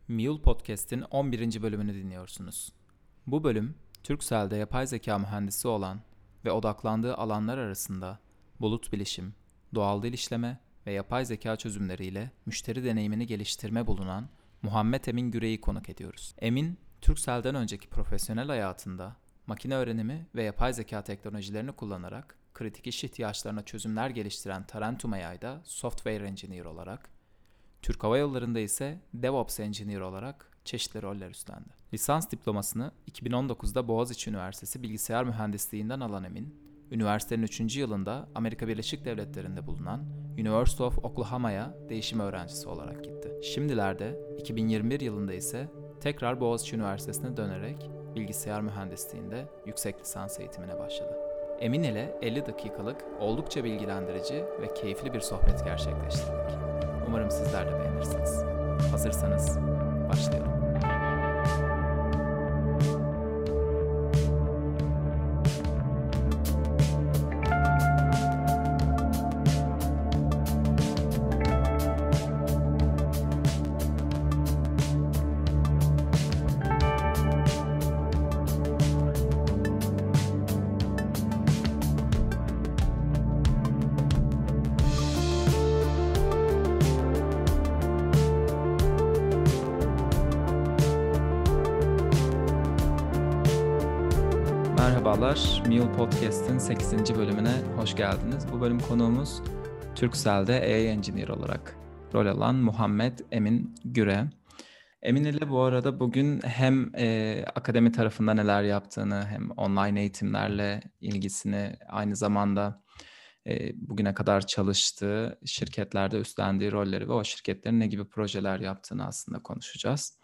Mule Podcast'in 11. bölümünü dinliyorsunuz. Bu bölüm, Turkcell'de yapay zeka mühendisi olan ve odaklandığı alanlar arasında bulut bilişim, doğal dil işleme ve yapay zeka çözümleriyle müşteri deneyimini geliştirme bulunan Muhammed Emin Güre'yi konuk ediyoruz. Emin, Turkcell'den önceki profesyonel hayatında makine öğrenimi ve yapay zeka teknolojilerini kullanarak kritik iş ihtiyaçlarına çözümler geliştiren Tarentum AI'da Software Engineer olarak, Türk Hava Yolları'nda ise DevOps Engineer olarak çeşitli roller üstlendi. Lisans diplomasını 2019'da Boğaziçi Üniversitesi Bilgisayar Mühendisliğinden alan Emin, üniversitenin 3. yılında Amerika Birleşik Devletleri'nde bulunan University of Oklahoma'ya değişim öğrencisi olarak gitti. Şimdilerde 2021 yılında ise tekrar Boğaziçi Üniversitesi'ne dönerek bilgisayar mühendisliğinde yüksek lisans eğitimine başladı. Emin ile 50 dakikalık oldukça bilgilendirici ve keyifli bir sohbet gerçekleştirdik. Umarım sizler de beğenirsiniz. Hazırsanız başlayalım. Merhabalar, Mule Podcast'in 8. bölümüne hoş geldiniz. Bu bölüm konuğumuz Turkcell'de AI Engineer olarak rol alan Muhammed Emin Güre. Emin ile bu arada bugün hem akademi tarafında neler yaptığını hem online eğitimlerle ilgisini aynı zamanda bugüne kadar çalıştığı şirketlerde üstlendiği rolleri ve o şirketlerin ne gibi projeler yaptığını aslında konuşacağız.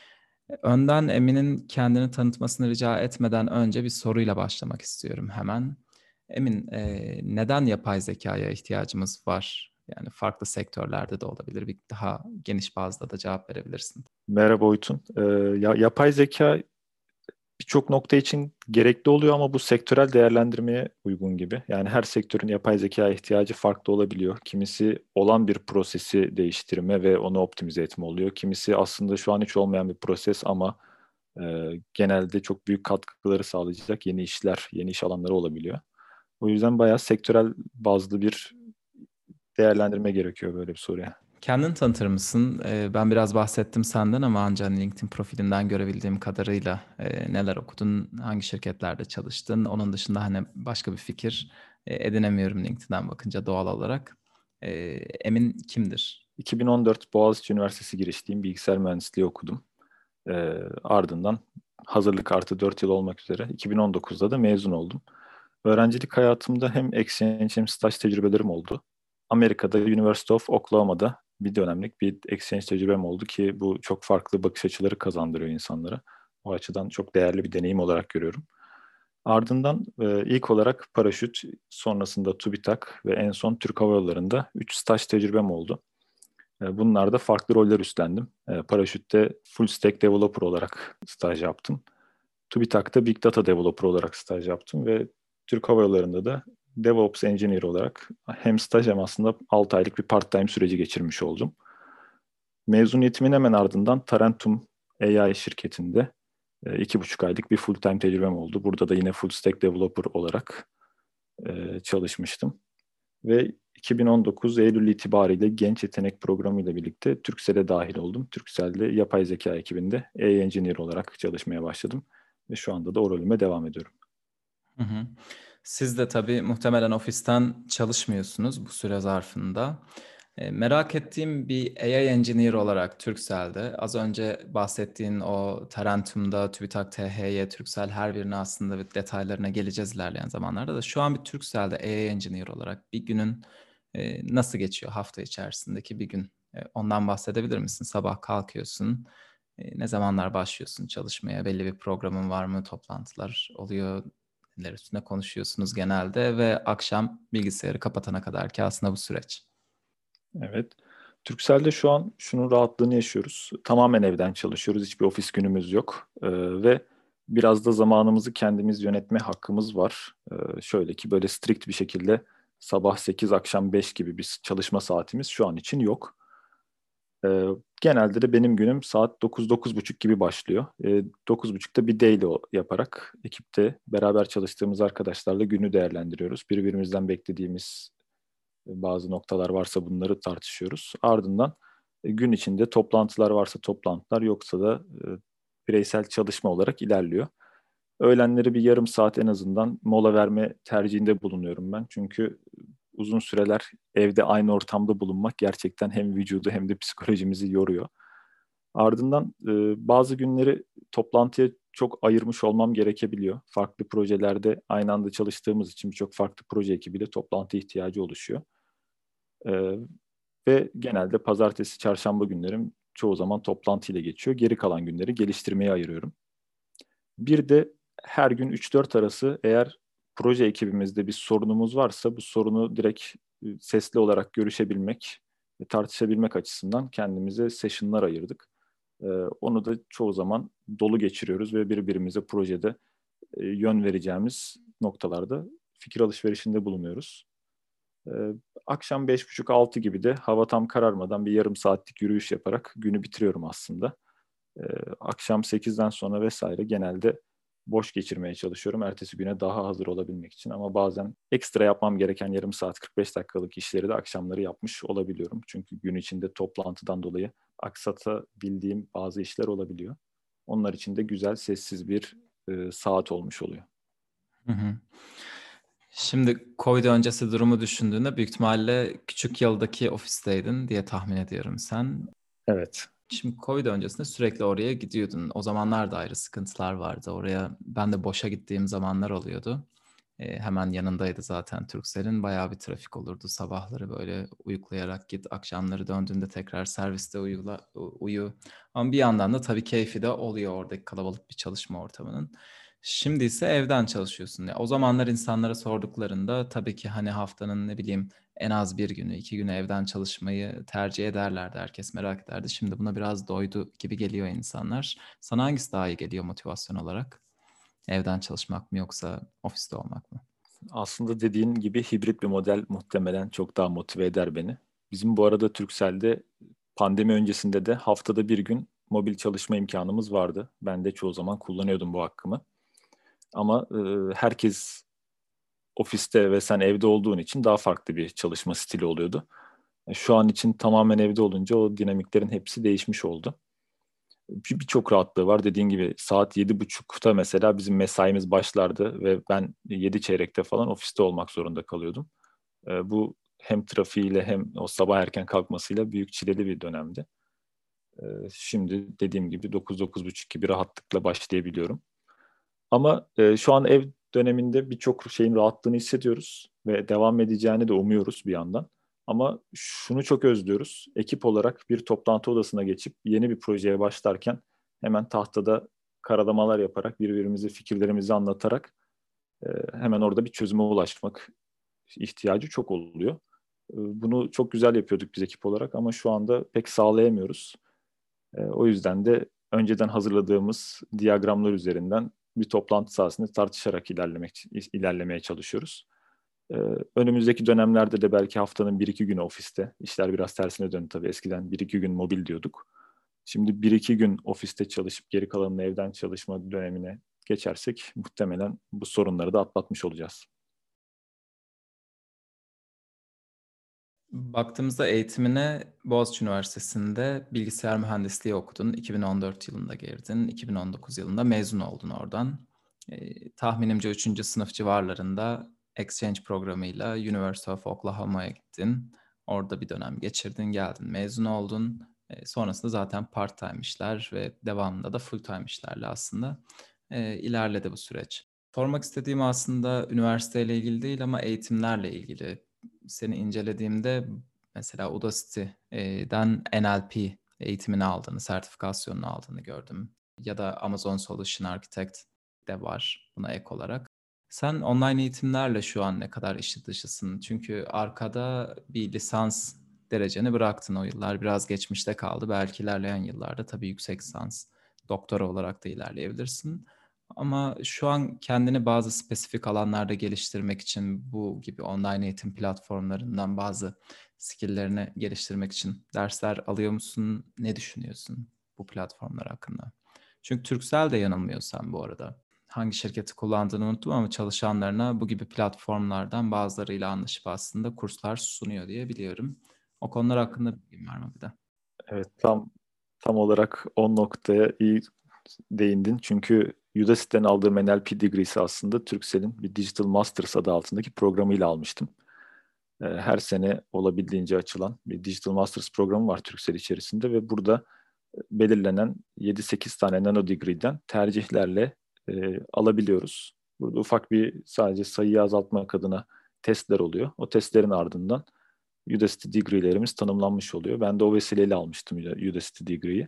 Önden Emin'in kendini tanıtmasını rica etmeden önce bir soruyla başlamak istiyorum hemen. Emin, neden yapay zekaya ihtiyacımız var? Yani farklı sektörlerde de olabilir. Bir daha geniş bazda da cevap verebilirsin. Merhaba Oytun. Yapay zeka birçok nokta için gerekli oluyor ama bu sektörel değerlendirmeye uygun gibi. Yani her sektörün yapay zeka ihtiyacı farklı olabiliyor. Kimisi olan bir prosesi değiştirme ve onu optimize etme oluyor. Kimisi aslında şu an hiç olmayan bir proses ama genelde çok büyük katkıları sağlayacak yeni işler, yeni iş alanları olabiliyor. O yüzden bayağı sektörel bazlı bir değerlendirme gerekiyor böyle bir soruya. Kendini tanıtır mısın? Ben biraz bahsettim senden ama ancak LinkedIn profilinden görebildiğim kadarıyla neler okudun, hangi şirketlerde çalıştın? Onun dışında hani başka bir fikir edinemiyorum LinkedIn'den bakınca doğal olarak. Emin kimdir? 2014 Boğaziçi Üniversitesi girişliyim. Bilgisayar mühendisliği okudum. Ardından hazırlık artı 4 yıl olmak üzere 2019'da da mezun oldum. Öğrencilik hayatımda hem exchange hem staj tecrübelerim oldu. Amerika'da University of Oklahoma'da bir dönemlik bir exchange tecrübem oldu ki bu çok farklı bakış açıları kazandırıyor insanlara. O açıdan çok değerli bir deneyim olarak görüyorum. Ardından ilk olarak paraşüt, sonrasında TÜBİTAK ve en son Türk Hava Yolları'nda 3 staj tecrübem oldu. Bunlarda farklı roller üstlendim. Paraşüt'te full stack developer olarak staj yaptım. TÜBİTAK'ta Big Data Developer olarak staj yaptım ve Türk Hava Yolları'nda da DevOps Engineer olarak hem staj hem aslında 6 aylık bir part-time süreci geçirmiş oldum. Mezuniyetimin hemen ardından Tarentum AI şirketinde 2,5 aylık bir full-time tecrübem oldu. Burada da yine full stack developer olarak çalışmıştım. Ve 2019 Eylül itibariyle Genç Yetenek Programı ile birlikte Turkcell'e dahil oldum. Turkcell'de yapay zeka ekibinde AI Engineer olarak çalışmaya başladım. Ve şu anda da o rolüme devam ediyorum. Hı hı. Siz de tabii muhtemelen ofisten çalışmıyorsunuz bu süre zarfında. Merak ettiğim bir AI Engineer olarak Turkcell'de az önce bahsettiğin o Tarentum'da, TÜBİTAK, THY, Turkcell her birine aslında bir detaylarına geleceğiz ilerleyen zamanlarda da şu an bir Turkcell'de AI Engineer olarak bir günün nasıl geçiyor hafta içerisindeki bir gün? Ondan bahsedebilir misin? Sabah kalkıyorsun. Ne zamanlar başlıyorsun çalışmaya? Belli bir programın var mı? Toplantılar oluyor. Neler üstüne konuşuyorsunuz genelde ve akşam bilgisayarı kapatana kadar ki aslında bu süreç. Evet. Turkcell'de şu an şunun rahatlığını yaşıyoruz. Tamamen evden çalışıyoruz. Hiçbir ofis günümüz yok. Ve biraz da zamanımızı kendimiz yönetme hakkımız var. Şöyle ki böyle strict bir şekilde sabah 8 akşam 5 gibi bir çalışma saatimiz şu an için yok. Genelde de benim günüm saat 9-9.30 gibi başlıyor. 9.30'da bir daily yaparak ekipte beraber çalıştığımız arkadaşlarla günü değerlendiriyoruz. Birbirimizden beklediğimiz bazı noktalar varsa bunları tartışıyoruz. Ardından gün içinde toplantılar varsa toplantılar, yoksa da bireysel çalışma olarak ilerliyor. Öğlenleri bir yarım saat en azından mola verme tercihinde bulunuyorum ben. Çünkü uzun süreler evde aynı ortamda bulunmak gerçekten hem vücudu hem de psikolojimizi yoruyor. Ardından bazı günleri toplantıya çok ayırmış olmam gerekebiliyor. Farklı projelerde aynı anda çalıştığımız için birçok farklı proje ekibiyle toplantı ihtiyacı oluşuyor. E, Ve genelde pazartesi, çarşamba günlerim çoğu zaman toplantıyla geçiyor. Geri kalan günleri geliştirmeye ayırıyorum. Bir de her gün 3-4 arası eğer proje ekibimizde bir sorunumuz varsa bu sorunu direkt sesli olarak görüşebilmek ve tartışabilmek açısından kendimize session'lar ayırdık. Ee, Onu da çoğu zaman dolu geçiriyoruz ve birbirimize projede yön vereceğimiz noktalarda fikir alışverişinde bulunuyoruz. Ee, Akşam 5.30-6 gibi de hava tam kararmadan bir yarım saatlik yürüyüş yaparak günü bitiriyorum aslında. Ee, Akşam 8'den sonra vesaire genelde boş geçirmeye çalışıyorum. Ertesi güne daha hazır olabilmek için. Ama bazen ekstra yapmam gereken yarım saat 45 dakikalık işleri de akşamları yapmış olabiliyorum. Çünkü gün içinde toplantıdan dolayı aksatabildiğim bazı işler olabiliyor. Onlar için de güzel sessiz bir saat olmuş oluyor. Hı hı. Şimdi Covid öncesi durumu düşündüğünde büyük ihtimalle küçük yıldaki ofisteydin diye tahmin ediyorum sen. Evet. Şimdi Covid öncesinde sürekli oraya gidiyordun. O zamanlar da ayrı sıkıntılar vardı. Oraya ben de boşa gittiğim zamanlar oluyordu. Hemen yanındaydı zaten Turkcell'in. Bayağı bir trafik olurdu. Sabahları böyle uyuklayarak git, akşamları döndüğünde tekrar serviste uyu. Ama bir yandan da tabii keyfi de oluyor oradaki kalabalık bir çalışma ortamının. Şimdi ise evden çalışıyorsun. O zamanlar insanlara sorduklarında tabii ki hani haftanın ne bileyim en az bir günü, 2 günü evden çalışmayı tercih ederlerdi. Herkes merak ederdi. Şimdi buna biraz doydu gibi geliyor insanlar. Sana hangisi daha iyi geliyor motivasyon olarak? Evden çalışmak mı yoksa ofiste olmak mı? Aslında dediğin gibi hibrit bir model muhtemelen çok daha motive eder beni. Bizim bu arada Turkcell'de pandemi öncesinde de haftada bir gün mobil çalışma imkanımız vardı. Ben de çoğu zaman kullanıyordum bu hakkımı. Ama herkes ofiste ve sen evde olduğun için daha farklı bir çalışma stili oluyordu. Şu an için tamamen evde olunca o dinamiklerin hepsi değişmiş oldu. Birçok rahatlığı var. Dediğin gibi saat 7.30'da mesela bizim mesaimiz başlardı ve ben 7 çeyrekte falan ofiste olmak zorunda kalıyordum. Bu hem trafiğiyle hem o sabah erken kalkmasıyla büyük çileli bir dönemdi. Şimdi dediğim gibi 9-9.30 gibi rahatlıkla başlayabiliyorum. Ama şu an ev döneminde birçok şeyin rahatlığını hissediyoruz ve devam edeceğini de umuyoruz bir yandan. Ama şunu çok özlüyoruz. Ekip olarak bir toplantı odasına geçip yeni bir projeye başlarken hemen tahtada karalamalar yaparak birbirimize fikirlerimizi anlatarak hemen orada bir çözüme ulaşmak ihtiyacı çok oluyor. Bunu çok güzel yapıyorduk biz ekip olarak ama şu anda pek sağlayamıyoruz. O yüzden de önceden hazırladığımız diyagramlar üzerinden bir toplantı sahasında tartışarak ilerlemeye çalışıyoruz. Önümüzdeki dönemlerde de belki haftanın 1-2 günü ofiste. İşler biraz tersine döndü tabii. Eskiden 1-2 gün mobil diyorduk. Şimdi 1-2 gün ofiste çalışıp geri kalanını evden çalışma dönemine geçersek muhtemelen bu sorunları da atlatmış olacağız. Baktığımızda eğitimine Boğaziçi Üniversitesi'nde bilgisayar mühendisliği okudun. 2014 yılında girdin. 2019 yılında mezun oldun oradan. Tahminimce 3. sınıf civarlarında exchange programıyla University of Oklahoma'ya gittin. Orada bir dönem geçirdin, geldin, mezun oldun. Sonrasında zaten part-time işler ve devamında da full-time işlerle aslında ilerledi bu süreç. Sormak istediğim aslında üniversiteyle ilgili değil ama eğitimlerle ilgili. Seni incelediğimde mesela Udacity'den NLP eğitimini aldığını, sertifikasyonunu aldığını gördüm. Ya da Amazon Solution Architect de var buna ek olarak. Sen online eğitimlerle şu an ne kadar içi dışısın? Çünkü arkada bir lisans dereceni bıraktın o yıllar. Biraz geçmişte kaldı. Belki ilerleyen yıllarda tabii yüksek lisans, doktora olarak da ilerleyebilirsin. Ama şu an kendini bazı spesifik alanlarda geliştirmek için bu gibi online eğitim platformlarından bazı skill'lerini geliştirmek için dersler alıyor musun? Ne düşünüyorsun bu platformlar hakkında? Çünkü Turkcell de yanılmıyorsam bu arada. Hangi şirketi kullandığını unuttum ama çalışanlarına bu gibi platformlardan bazılarıyla anlaşıp aslında kurslar sunuyor diye biliyorum. O konular hakkında bilgin var mı bir de? Evet, tam olarak o noktaya iyi değindin. Çünkü Udacity'den aldığım NLP degree'si aslında Turkcell'in bir Digital Masters adı altındaki programıyla almıştım. Her sene olabildiğince açılan bir Digital Masters programı var Turkcell içerisinde ve burada belirlenen 7-8 tane nano degree'den tercihlerle alabiliyoruz. Burada ufak bir sadece sayıyı azaltmak adına testler oluyor. O testlerin ardından Udacity degree'lerimiz tanımlanmış oluyor. Ben de o vesileyle almıştım Udacity degree'yi.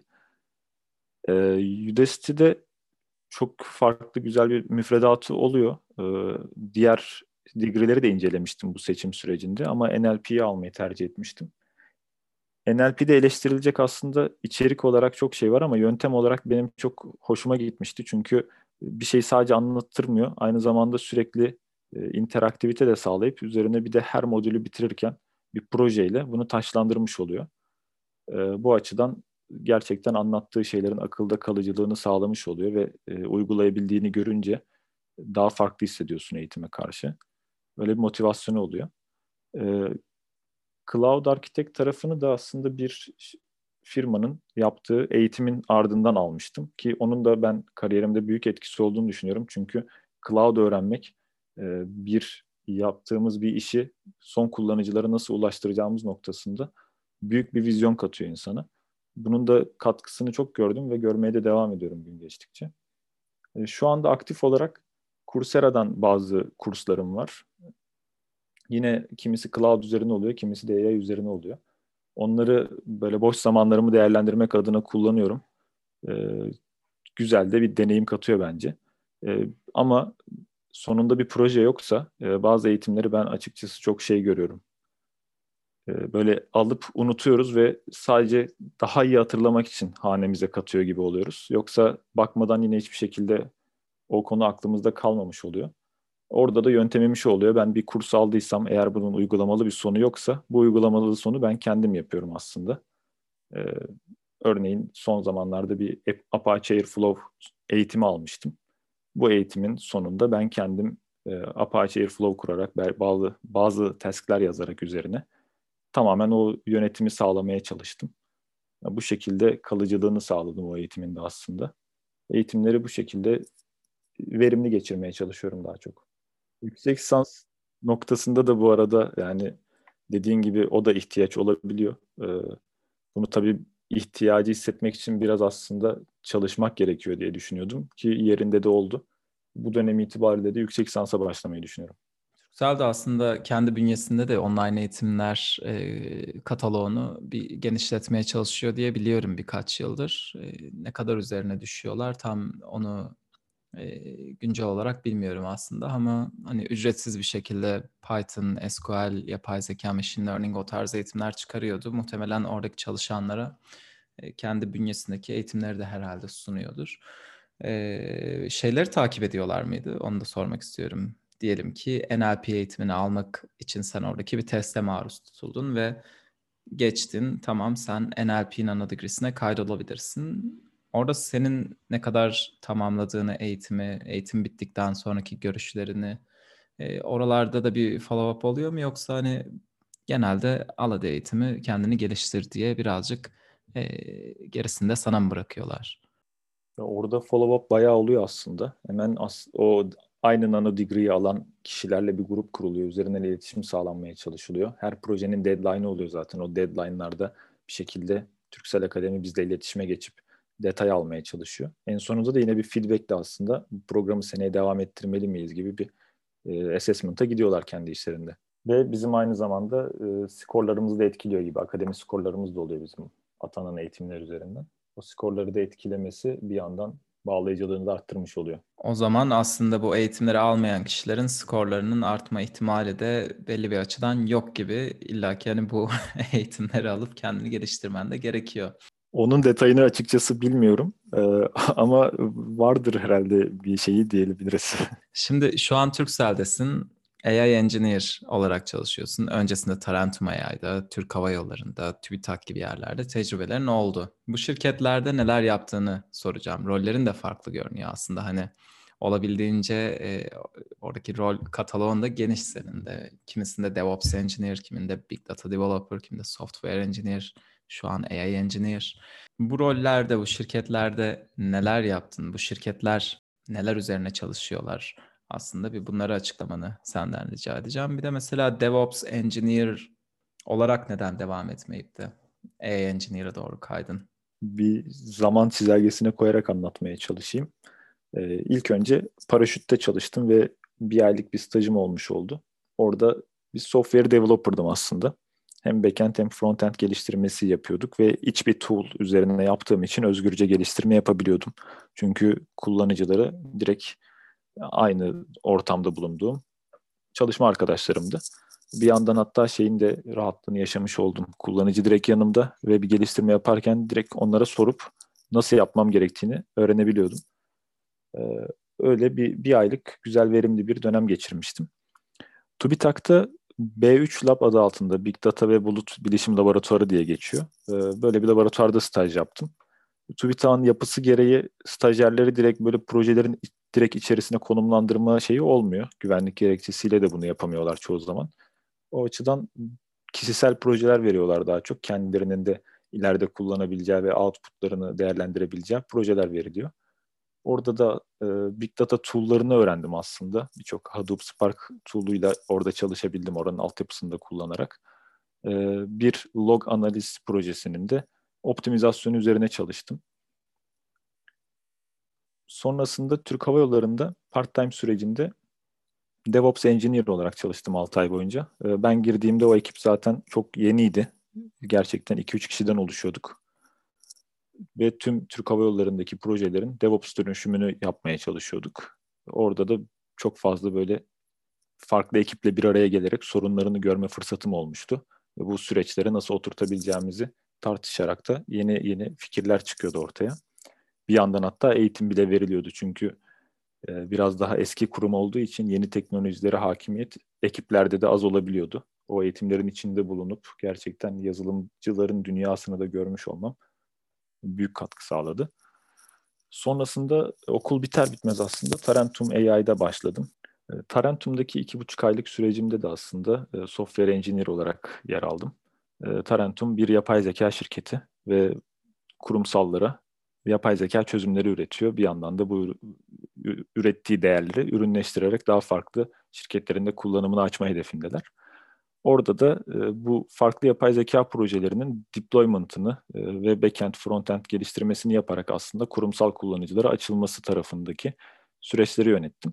Udacity'de çok farklı güzel bir müfredatı oluyor. Diğer degree'leri de incelemiştim bu seçim sürecinde ama NLP'yi almayı tercih etmiştim. NLP'de eleştirilecek aslında içerik olarak çok şey var ama yöntem olarak benim çok hoşuma gitmişti. Çünkü bir şey sadece anlattırmıyor. Aynı zamanda sürekli interaktivite de sağlayıp üzerine bir de her modülü bitirirken bir projeyle bunu taşlandırmış oluyor. Bu açıdan gerçekten anlattığı şeylerin akılda kalıcılığını sağlamış oluyor ve uygulayabildiğini görünce daha farklı hissediyorsun eğitime karşı. Öyle bir motivasyonu oluyor. E, Cloud Architect tarafını da aslında bir firmanın yaptığı eğitimin ardından almıştım ki onun da ben kariyerimde büyük etkisi olduğunu düşünüyorum. Çünkü cloud öğrenmek bir yaptığımız bir işi son kullanıcılara nasıl ulaştıracağımız noktasında büyük bir vizyon katıyor insana. Bunun da katkısını çok gördüm ve görmeye de devam ediyorum gün geçtikçe. Şu anda aktif olarak Coursera'dan bazı kurslarım var. Yine kimisi cloud üzerine oluyor, kimisi de AI üzerine oluyor. Onları böyle boş zamanlarımı değerlendirmek adına kullanıyorum. Ee, Güzel de bir deneyim katıyor bence. Ama sonunda bir proje yoksa bazı eğitimleri ben açıkçası çok şey görüyorum. Böyle alıp unutuyoruz ve sadece daha iyi hatırlamak için hanemize katıyor gibi oluyoruz. Yoksa bakmadan yine hiçbir şekilde o konu aklımızda kalmamış oluyor. Orada da yöntemim şu oluyor. Ben bir kurs aldıysam eğer bunun uygulamalı bir sonu yoksa bu uygulamalı sonu ben kendim yapıyorum aslında. Ee, Örneğin son zamanlarda bir Apache Airflow eğitimi almıştım. Bu eğitimin sonunda ben kendim Apache Airflow kurarak bazı task'ler yazarak üzerine tamamen o yönetimi sağlamaya çalıştım. Bu şekilde kalıcılığını sağladım o eğitimin de aslında. Eğitimleri bu şekilde verimli geçirmeye çalışıyorum daha çok. Yüksek lisans noktasında da bu arada yani dediğin gibi o da ihtiyaç olabiliyor. Bunu tabii ihtiyacı hissetmek için biraz aslında çalışmak gerekiyor diye düşünüyordum ki yerinde de oldu. Bu dönem itibariyle de yüksek lisansa başlamayı düşünüyorum. Turkcell de aslında kendi bünyesinde de online eğitimler kataloğunu bir genişletmeye çalışıyor diye biliyorum birkaç yıldır. Ne kadar üzerine düşüyorlar tam onu güncel olarak bilmiyorum aslında ama hani ücretsiz bir şekilde Python, SQL, yapay zeka, machine learning o tarz eğitimler çıkarıyordu. Muhtemelen oradaki çalışanlara kendi bünyesindeki eğitimleri de herhalde sunuyordur. Şeyleri takip ediyorlar mıydı? Onu da sormak istiyorum. Diyelim ki NLP eğitimini almak için sen oradaki bir teste maruz tutuldun ve geçtin. Tamam sen NLP Nano Degree'sine kaydolabilirsin. Orada senin ne kadar tamamladığını, eğitim bittikten sonraki görüşlerini, oralarda da bir follow-up oluyor mu yoksa hani genelde al hadi eğitimi kendini geliştir diye birazcık gerisini de sana mı bırakıyorlar? Ve orada follow-up bayağı oluyor aslında. Hemen o aynı nano degree'yi alan kişilerle bir grup kuruluyor. Üzerinden iletişim sağlanmaya çalışılıyor. Her projenin deadline'ı oluyor zaten. O deadline'larda bir şekilde Turkcell Akademi bizle iletişime geçip detay almaya çalışıyor. En sonunda da yine bir feedback'le aslında bu programı seneye devam ettirmeli miyiz gibi bir assessment'a gidiyorlar kendi işlerinde. Ve bizim aynı zamanda skorlarımızı da etkiliyor gibi. Akademi skorlarımız da oluyor bizim atanan eğitimler üzerinden. O skorları da etkilemesi bir yandan bağlayıcılığını da arttırmış oluyor. O zaman aslında bu eğitimleri almayan kişilerin skorlarının artma ihtimali de belli bir açıdan yok gibi. İlla ki hani bu eğitimleri alıp kendini geliştirmen de gerekiyor. Onun detayını açıkçası bilmiyorum. Ama vardır herhalde bir şeyi diyebiliriz. Şimdi şu an Turkcell'desin. AI Engineer olarak çalışıyorsun. Öncesinde Tarentum AI'da, Türk Hava Yolları'nda, TÜBİTAK gibi yerlerde tecrübelerin oldu. Bu şirketlerde neler yaptığını soracağım. Rollerin de farklı görünüyor aslında. Hani olabildiğince oradaki rol kataloğunda geniş senin de. Kimisinde DevOps Engineer, kiminde Big Data Developer, kiminde Software Engineer, şu an AI Engineer. Bu rollerde, bu şirketlerde neler yaptın? Bu şirketler neler üzerine çalışıyorlar? Aslında bir bunları açıklamanı senden rica edeceğim. Bir de mesela DevOps Engineer olarak neden devam etmeyip de AI Engineer'a doğru kaydın? Bir zaman çizelgesine koyarak anlatmaya çalışayım. İlk önce paraşütte çalıştım ve bir aylık bir stajım olmuş oldu. Orada bir software developer'dım aslında. Hem backend hem frontend geliştirmesi yapıyorduk ve iç bir tool üzerine yaptığım için özgürce geliştirme yapabiliyordum. Çünkü kullanıcıları direkt aynı ortamda bulunduğum çalışma arkadaşlarımdı. Bir yandan hatta şeyin de rahatlığını yaşamış oldum. Kullanıcı direkt yanımda ve bir geliştirme yaparken direkt onlara sorup nasıl yapmam gerektiğini öğrenebiliyordum. Ee, Öyle bir aylık güzel verimli bir dönem geçirmiştim. TÜBİTAK'ta B3 Lab adı altında Big Data ve Bulut Bilişim Laboratuvarı diye geçiyor. Böyle bir laboratuvarda staj yaptım. TÜBİTAK'ın yapısı gereği stajyerleri direkt böyle projelerin direkt içerisine konumlandırma şeyi olmuyor. Güvenlik gerekçesiyle de bunu yapamıyorlar çoğu zaman. O açıdan kişisel projeler veriyorlar daha çok. Kendilerinin de ileride kullanabileceği ve outputlarını değerlendirebileceği projeler veriliyor. Orada da Big Data tool'larını öğrendim aslında. Birçok Hadoop Spark tool'uyla orada çalışabildim oranın altyapısını da kullanarak. E, Bir log analiz projesinin de optimizasyonu üzerine çalıştım. Sonrasında Türk Hava Yolları'nda part-time sürecinde DevOps Engineer olarak çalıştım 6 ay boyunca. Ben girdiğimde o ekip zaten çok yeniydi. Gerçekten 2-3 kişiden oluşuyorduk. Ve tüm Türk Hava Yolları'ndaki projelerin DevOps dönüşümünü yapmaya çalışıyorduk. Orada da çok fazla böyle farklı ekiple bir araya gelerek sorunlarını görme fırsatım olmuştu. Ve bu süreçlere nasıl oturtabileceğimizi tartışarak da yeni yeni fikirler çıkıyordu ortaya. Bir yandan hatta eğitim bile veriliyordu çünkü biraz daha eski kurum olduğu için yeni teknolojilere hakimiyet ekiplerde de az olabiliyordu. O eğitimlerin içinde bulunup gerçekten yazılımcıların dünyasını da görmüş olmam büyük katkı sağladı. Sonrasında okul biter bitmez aslında Tarentum AI'da başladım. Tarentum'daki 2,5 aylık sürecimde de aslında software engineer olarak yer aldım. Tarentum bir yapay zeka şirketi ve kurumsallara yapay zeka çözümleri üretiyor. Bir yandan da bu ürettiği değerleri ürünleştirerek daha farklı şirketlerinde kullanımını açma hedefindeler. Orada da bu farklı yapay zeka projelerinin deployment'ını ve backend, frontend geliştirmesini yaparak aslında kurumsal kullanıcılara açılması tarafındaki süreçleri yönettim.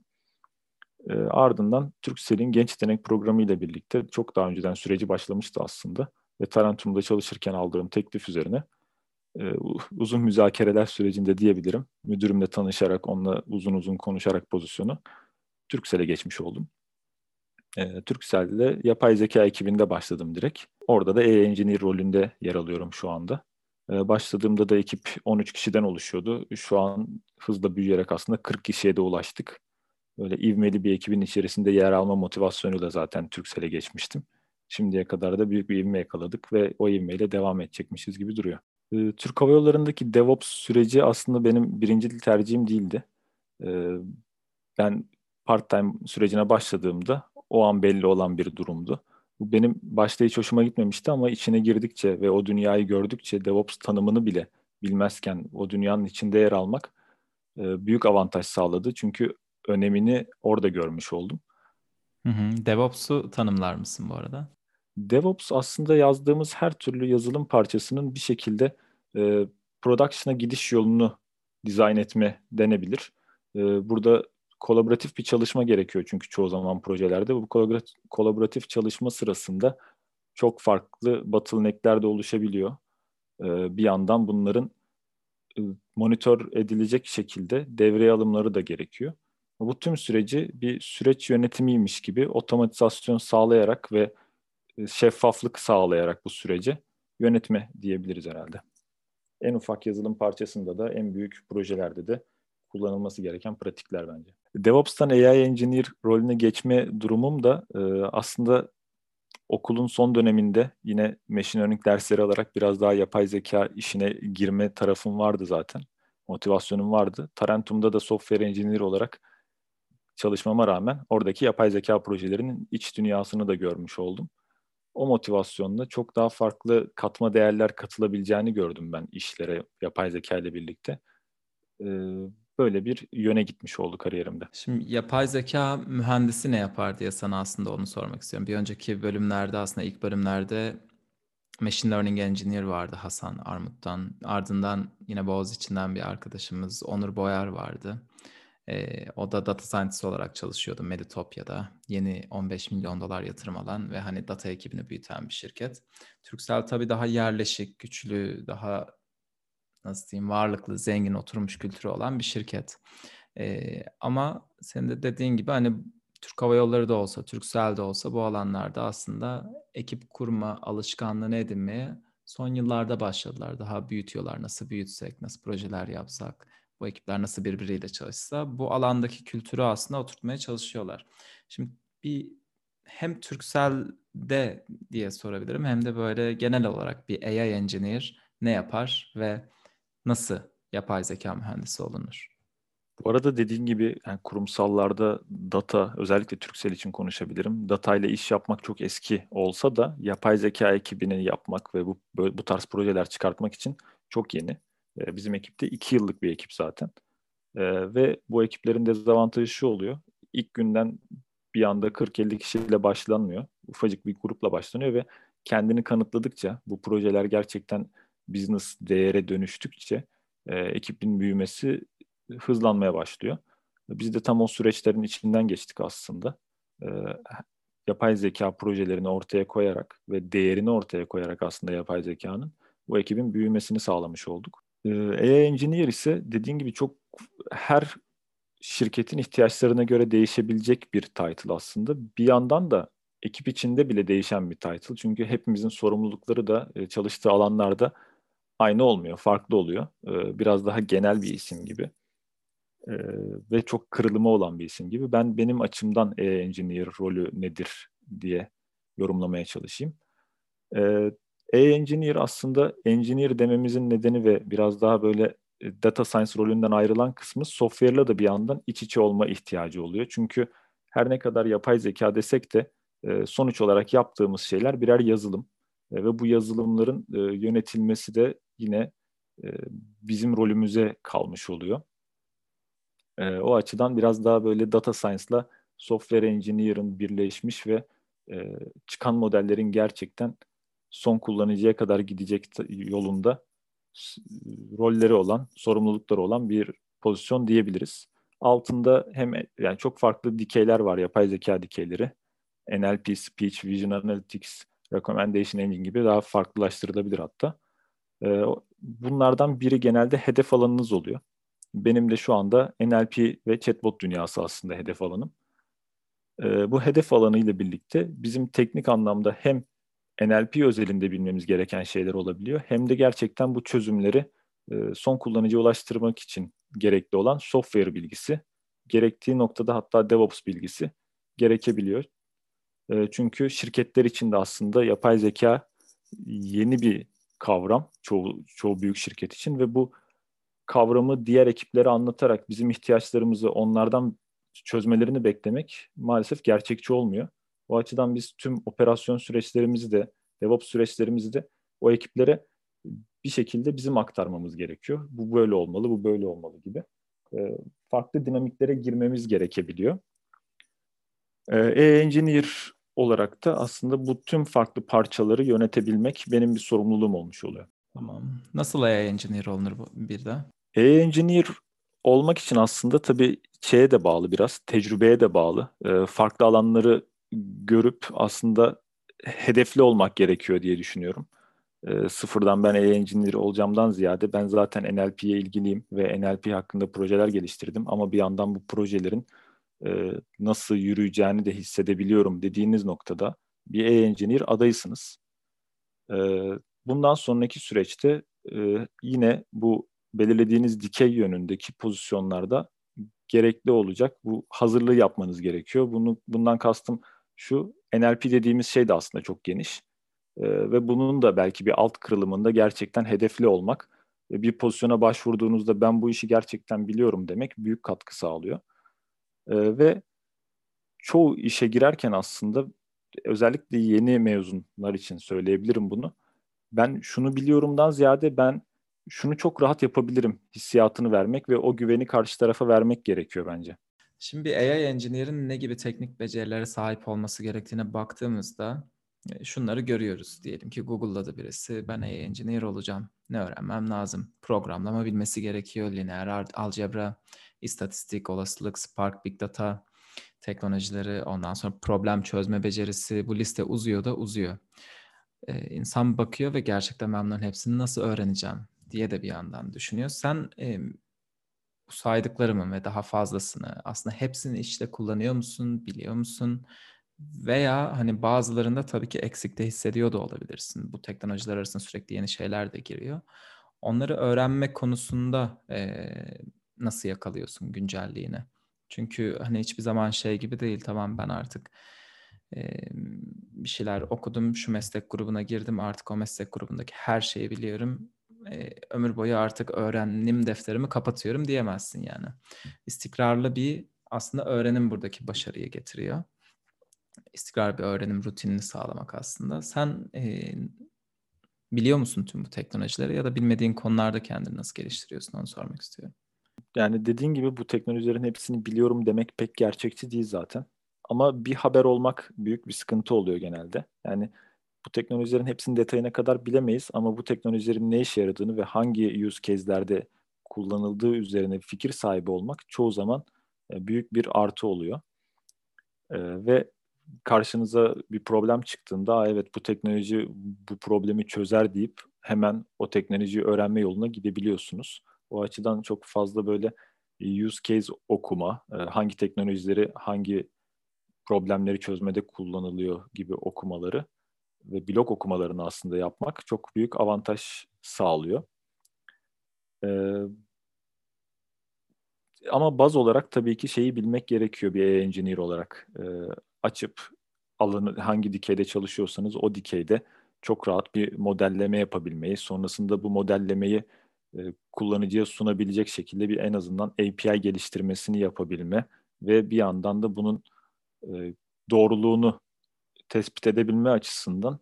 Ardından Turkcell'in Genç Yetenek Programı ile birlikte çok daha önceden süreci başlamıştı aslında. Ve Tarentum'da çalışırken aldığım teklif üzerine uzun müzakereler sürecinde diyebilirim. Müdürümle tanışarak, onunla uzun uzun konuşarak pozisyonu Turkcell'e geçmiş oldum. Turkcell'de de yapay zeka ekibinde başladım direkt. Orada da AI Engineer rolünde yer alıyorum şu anda. Başladığımda da ekip 13 kişiden oluşuyordu. Şu an hızla büyüyerek aslında 40 kişiye de ulaştık. Böyle ivmeli bir ekibin içerisinde yer alma motivasyonuyla zaten Turkcell'e geçmiştim. Şimdiye kadar da büyük bir ivme yakaladık ve o ivmeyle devam edecekmişiz gibi duruyor. Türk Hava Yolları'ndaki DevOps süreci aslında benim birinci tercihim değildi. Ee, Ben part-time sürecine başladığımda o an belli olan bir durumdu. Bu benim başta hiç hoşuma gitmemişti ama içine girdikçe ve o dünyayı gördükçe DevOps tanımını bile bilmezken o dünyanın içinde yer almak büyük avantaj sağladı. Çünkü önemini orada görmüş oldum. Hı hı. DevOps'u tanımlar mısın bu arada? DevOps aslında yazdığımız her türlü yazılım parçasının bir şekilde e, production'a gidiş yolunu dizayn etme denebilir. Burada kolaboratif bir çalışma gerekiyor çünkü çoğu zaman projelerde. Bu kolaboratif çalışma sırasında çok farklı bottleneck'ler de oluşabiliyor. Bir yandan bunların e, monitör edilecek şekilde devreye alımları da gerekiyor. Bu tüm süreci bir süreç yönetimiymiş gibi otomatizasyon sağlayarak ve şeffaflık sağlayarak bu süreci yönetme diyebiliriz herhalde. En ufak yazılım parçasında da en büyük projelerde de kullanılması gereken pratikler bence. DevOps'tan AI Engineer rolüne geçme durumum da aslında okulun son döneminde yine machine learning dersleri alarak biraz daha yapay zeka işine girme tarafım vardı zaten. Motivasyonum vardı. Tarentum'da da software engineer olarak çalışmama rağmen oradaki yapay zeka projelerinin iç dünyasını da görmüş oldum. O motivasyonla çok daha farklı katma değerler katılabileceğini gördüm ben işlere yapay zeka ile birlikte. Ee, Böyle bir yöne gitmiş oldu kariyerimde. Şimdi yapay zeka mühendisi ne yapar diye sana aslında onu sormak istiyorum. Bir önceki bölümlerde aslında ilk bölümlerde Machine Learning Engineer vardı Hasan Armut'tan. Ardından yine Boğaziçi'nden bir arkadaşımız Onur Boyar vardı. O da data scientist olarak çalışıyordu Meditopya'da. Yeni 15 milyon dolar yatırım alan ve hani data ekibini büyüten bir şirket. Turkcell tabii daha yerleşik, güçlü, daha nasıl diyeyim varlıklı, zengin, oturmuş kültürü olan bir şirket. Ama senin de dediğin gibi hani Türk Hava Yolları da olsa, Turkcell de olsa bu alanlarda aslında ekip kurma alışkanlığını edinmeye son yıllarda başladılar. Daha büyütüyorlar. Nasıl büyütsek, nasıl projeler yapsak, bu ekipler nasıl birbiriyle çalışsa bu alandaki kültürü aslında oturtmaya çalışıyorlar. Şimdi bir hem Turkcell'de diye sorabilirim hem de böyle genel olarak bir AI engineer ne yapar ve nasıl yapay zeka mühendisi olunur? Bu arada dediğin gibi yani kurumsallarda data, özellikle Turkcell için konuşabilirim. Data ile iş yapmak çok eski olsa da yapay zeka ekibini yapmak ve bu tarz projeler çıkartmak için çok yeni. Bizim ekipte 2 yıllık bir ekip zaten. Ve bu ekiplerin dezavantajı şu oluyor. İlk günden bir anda 40-50 kişiyle başlanmıyor. Ufacık bir grupla başlanıyor ve kendini kanıtladıkça, bu projeler gerçekten business değere dönüştükçe ekibin büyümesi hızlanmaya başlıyor. Biz de tam o süreçlerin içinden geçtik aslında. E, Yapay zeka projelerini ortaya koyarak ve değerini ortaya koyarak aslında yapay zekanın bu ekibin büyümesini sağlamış olduk. AI Engineer ise dediğin gibi çok her şirketin ihtiyaçlarına göre değişebilecek bir title aslında. Bir yandan da ekip içinde bile değişen bir title. Çünkü hepimizin sorumlulukları da çalıştığı alanlarda aynı olmuyor, farklı oluyor. Biraz daha genel bir isim gibi. Ee, Ve çok kırılımı olan bir isim gibi. Benim açımdan AI Engineer rolü nedir diye yorumlamaya çalışayım. Ee, AI Engineer aslında engineer dememizin nedeni ve biraz daha böyle data science rolünden ayrılan kısmı software'la da bir yandan iç içe olma ihtiyacı oluyor. Çünkü her ne kadar yapay zeka desek de sonuç olarak yaptığımız şeyler birer yazılım. Ve bu yazılımların yönetilmesi de yine e, bizim rolümüze kalmış oluyor. O açıdan biraz daha böyle data science'la software engineer'ın birleşmiş ve çıkan modellerin gerçekten son kullanıcıya kadar gidecek yolunda rolleri olan, sorumlulukları olan bir pozisyon diyebiliriz. Altında hem yani çok farklı dikeyler var, yapay zeka dikeyleri. NLP, Speech, Vision Analytics, Recommendation Engine gibi daha farklılaştırılabilir hatta. Bunlardan biri genelde hedef alanınız oluyor. Benim de şu anda NLP ve chatbot dünyası aslında hedef alanım. Bu hedef alanı ile birlikte bizim teknik anlamda hem NLP özelinde bilmemiz gereken şeyler olabiliyor, hem de gerçekten bu çözümleri son kullanıcıya ulaştırmak için gerekli olan software bilgisi, gerektiği noktada hatta DevOps bilgisi gerekebiliyor. Çünkü şirketler için de aslında yapay zeka yeni bir kavram çoğu büyük şirket için ve bu kavramı diğer ekiplere anlatarak bizim ihtiyaçlarımızı onlardan çözmelerini beklemek maalesef gerçekçi olmuyor. O açıdan biz tüm operasyon süreçlerimizi de, DevOps süreçlerimizi de o ekiplere bir şekilde bizim aktarmamız gerekiyor. Bu böyle olmalı, bu böyle olmalı gibi. Farklı dinamiklere girmemiz gerekebiliyor. E-Engineer olarak da aslında bu tüm farklı parçaları yönetebilmek benim bir sorumluluğum olmuş oluyor. Tamam. Nasıl AI engineer olunur bir de? E-Engineer olmak için aslında tabii şeye de bağlı biraz, tecrübeye de bağlı. Farklı alanları görüp aslında hedefli olmak gerekiyor diye düşünüyorum. Sıfırdan ben e-engineer olacağımdan ziyade ben zaten NLP'ye ilgiliyim ve NLP hakkında projeler geliştirdim. Ama bir yandan bu projelerin nasıl yürüyeceğini de hissedebiliyorum dediğiniz noktada bir e-engineer adayısınız. Bundan sonraki süreçte yine bu belirlediğiniz dikey yönündeki pozisyonlarda gerekli olacak. Bu hazırlığı yapmanız gerekiyor. Bundan kastım şu, NLP dediğimiz şey de aslında çok geniş. Ve bunun da belki bir alt kırılımında gerçekten hedefli olmak ve bir pozisyona başvurduğunuzda ben bu işi gerçekten biliyorum demek büyük katkı sağlıyor. Ve çoğu işe girerken aslında özellikle yeni mezunlar için söyleyebilirim bunu. Ben şunu biliyorumdan ziyade ben şunu çok rahat yapabilirim hissiyatını vermek ve o güveni karşı tarafa vermek gerekiyor bence. Şimdi bir AI engineer'in ne gibi teknik becerilere sahip olması gerektiğine baktığımızda şunları görüyoruz. Diyelim ki Google'da birisi ben AI engineer olacağım. Ne öğrenmem lazım? Programlama bilmesi gerekiyor. Lineer algebra, istatistik, olasılık, Spark, Big Data teknolojileri, ondan sonra problem çözme becerisi. Bu liste uzuyor da uzuyor. İnsan bakıyor ve gerçekten ben bunların hepsini nasıl öğreneceğim diye de bir yandan düşünüyor. Sen bu saydıklarımın ve daha fazlasını aslında hepsini işte kullanıyor musun, biliyor musun? Veya hani bazılarında tabii ki eksikte hissediyor da olabilirsin. Bu teknolojiler arasında sürekli yeni şeyler de giriyor. Onları öğrenme konusunda nasıl yakalıyorsun güncelliğini? Çünkü hani hiçbir zaman şey gibi değil. Tamam ben artık bir şeyler okudum, şu meslek grubuna girdim. Artık o meslek grubundaki her şeyi biliyorum. Ömür boyu artık öğrenim defterimi kapatıyorum diyemezsin yani. İstikrarlı bir aslında öğrenim buradaki başarıyı getiriyor. İstikrar bir öğrenim rutinini sağlamak aslında. Sen biliyor musun tüm bu teknolojileri ya da bilmediğin konularda kendini nasıl geliştiriyorsun onu sormak istiyorum. Yani dediğin gibi bu teknolojilerin hepsini biliyorum demek pek gerçekçi değil zaten. Ama bir haber olmak büyük bir sıkıntı oluyor genelde. Yani bu teknolojilerin hepsinin detayına kadar bilemeyiz ama bu teknolojilerin ne işe yaradığını ve hangi use case'lerde kullanıldığı üzerine fikir sahibi olmak çoğu zaman büyük bir artı oluyor. Ve karşınıza bir problem çıktığında, "Aa, evet bu teknoloji bu problemi çözer" deyip hemen o teknolojiyi öğrenme yoluna gidebiliyorsunuz. O açıdan çok fazla böyle use case okuma, hangi teknolojileri hangi problemleri çözmede kullanılıyor gibi okumaları ve blog okumalarını aslında yapmak çok büyük avantaj sağlıyor. Ee, Ama baz olarak tabii ki şeyi bilmek gerekiyor bir AI engineer olarak. Açıp alanı hangi dikeyde çalışıyorsanız o dikeyde çok rahat bir modelleme yapabilmeyi, sonrasında bu modellemeyi kullanıcıya sunabilecek şekilde bir en azından API geliştirmesini yapabilme ve bir yandan da bunun doğruluğunu tespit edebilme açısından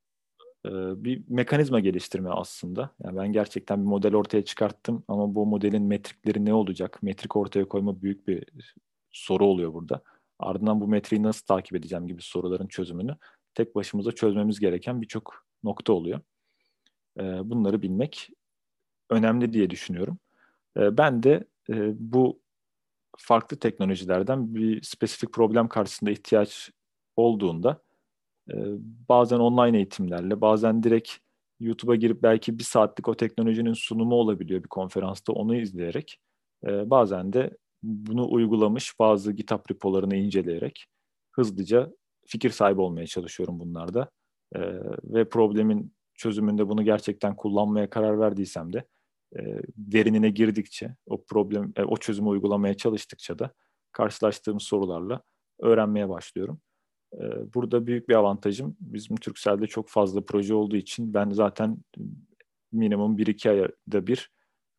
bir mekanizma geliştirme aslında. Yani ben gerçekten bir model ortaya çıkarttım ama bu modelin metrikleri ne olacak? Metrik ortaya koyma büyük bir soru oluyor burada. Ardından bu metriği nasıl takip edeceğim gibi soruların çözümünü tek başımıza çözmemiz gereken birçok nokta oluyor. Bunları bilmek önemli diye düşünüyorum. Ben de bu farklı teknolojilerden bir spesifik problem karşısında ihtiyaç olduğunda ee, bazen online eğitimlerle, bazen direkt YouTube'a girip belki bir saatlik o teknolojinin sunumu olabiliyor bir konferansta onu izleyerek. Bazen de bunu uygulamış bazı GitHub repolarını inceleyerek hızlıca fikir sahibi olmaya çalışıyorum bunlarda. Ve problemin çözümünde bunu gerçekten kullanmaya karar verdiysem de derinine girdikçe, o çözümü uygulamaya çalıştıkça da karşılaştığım sorularla öğrenmeye başlıyorum. Burada büyük bir avantajım. Bizim Turkcell'de çok fazla proje olduğu için ben zaten minimum bir iki ayda bir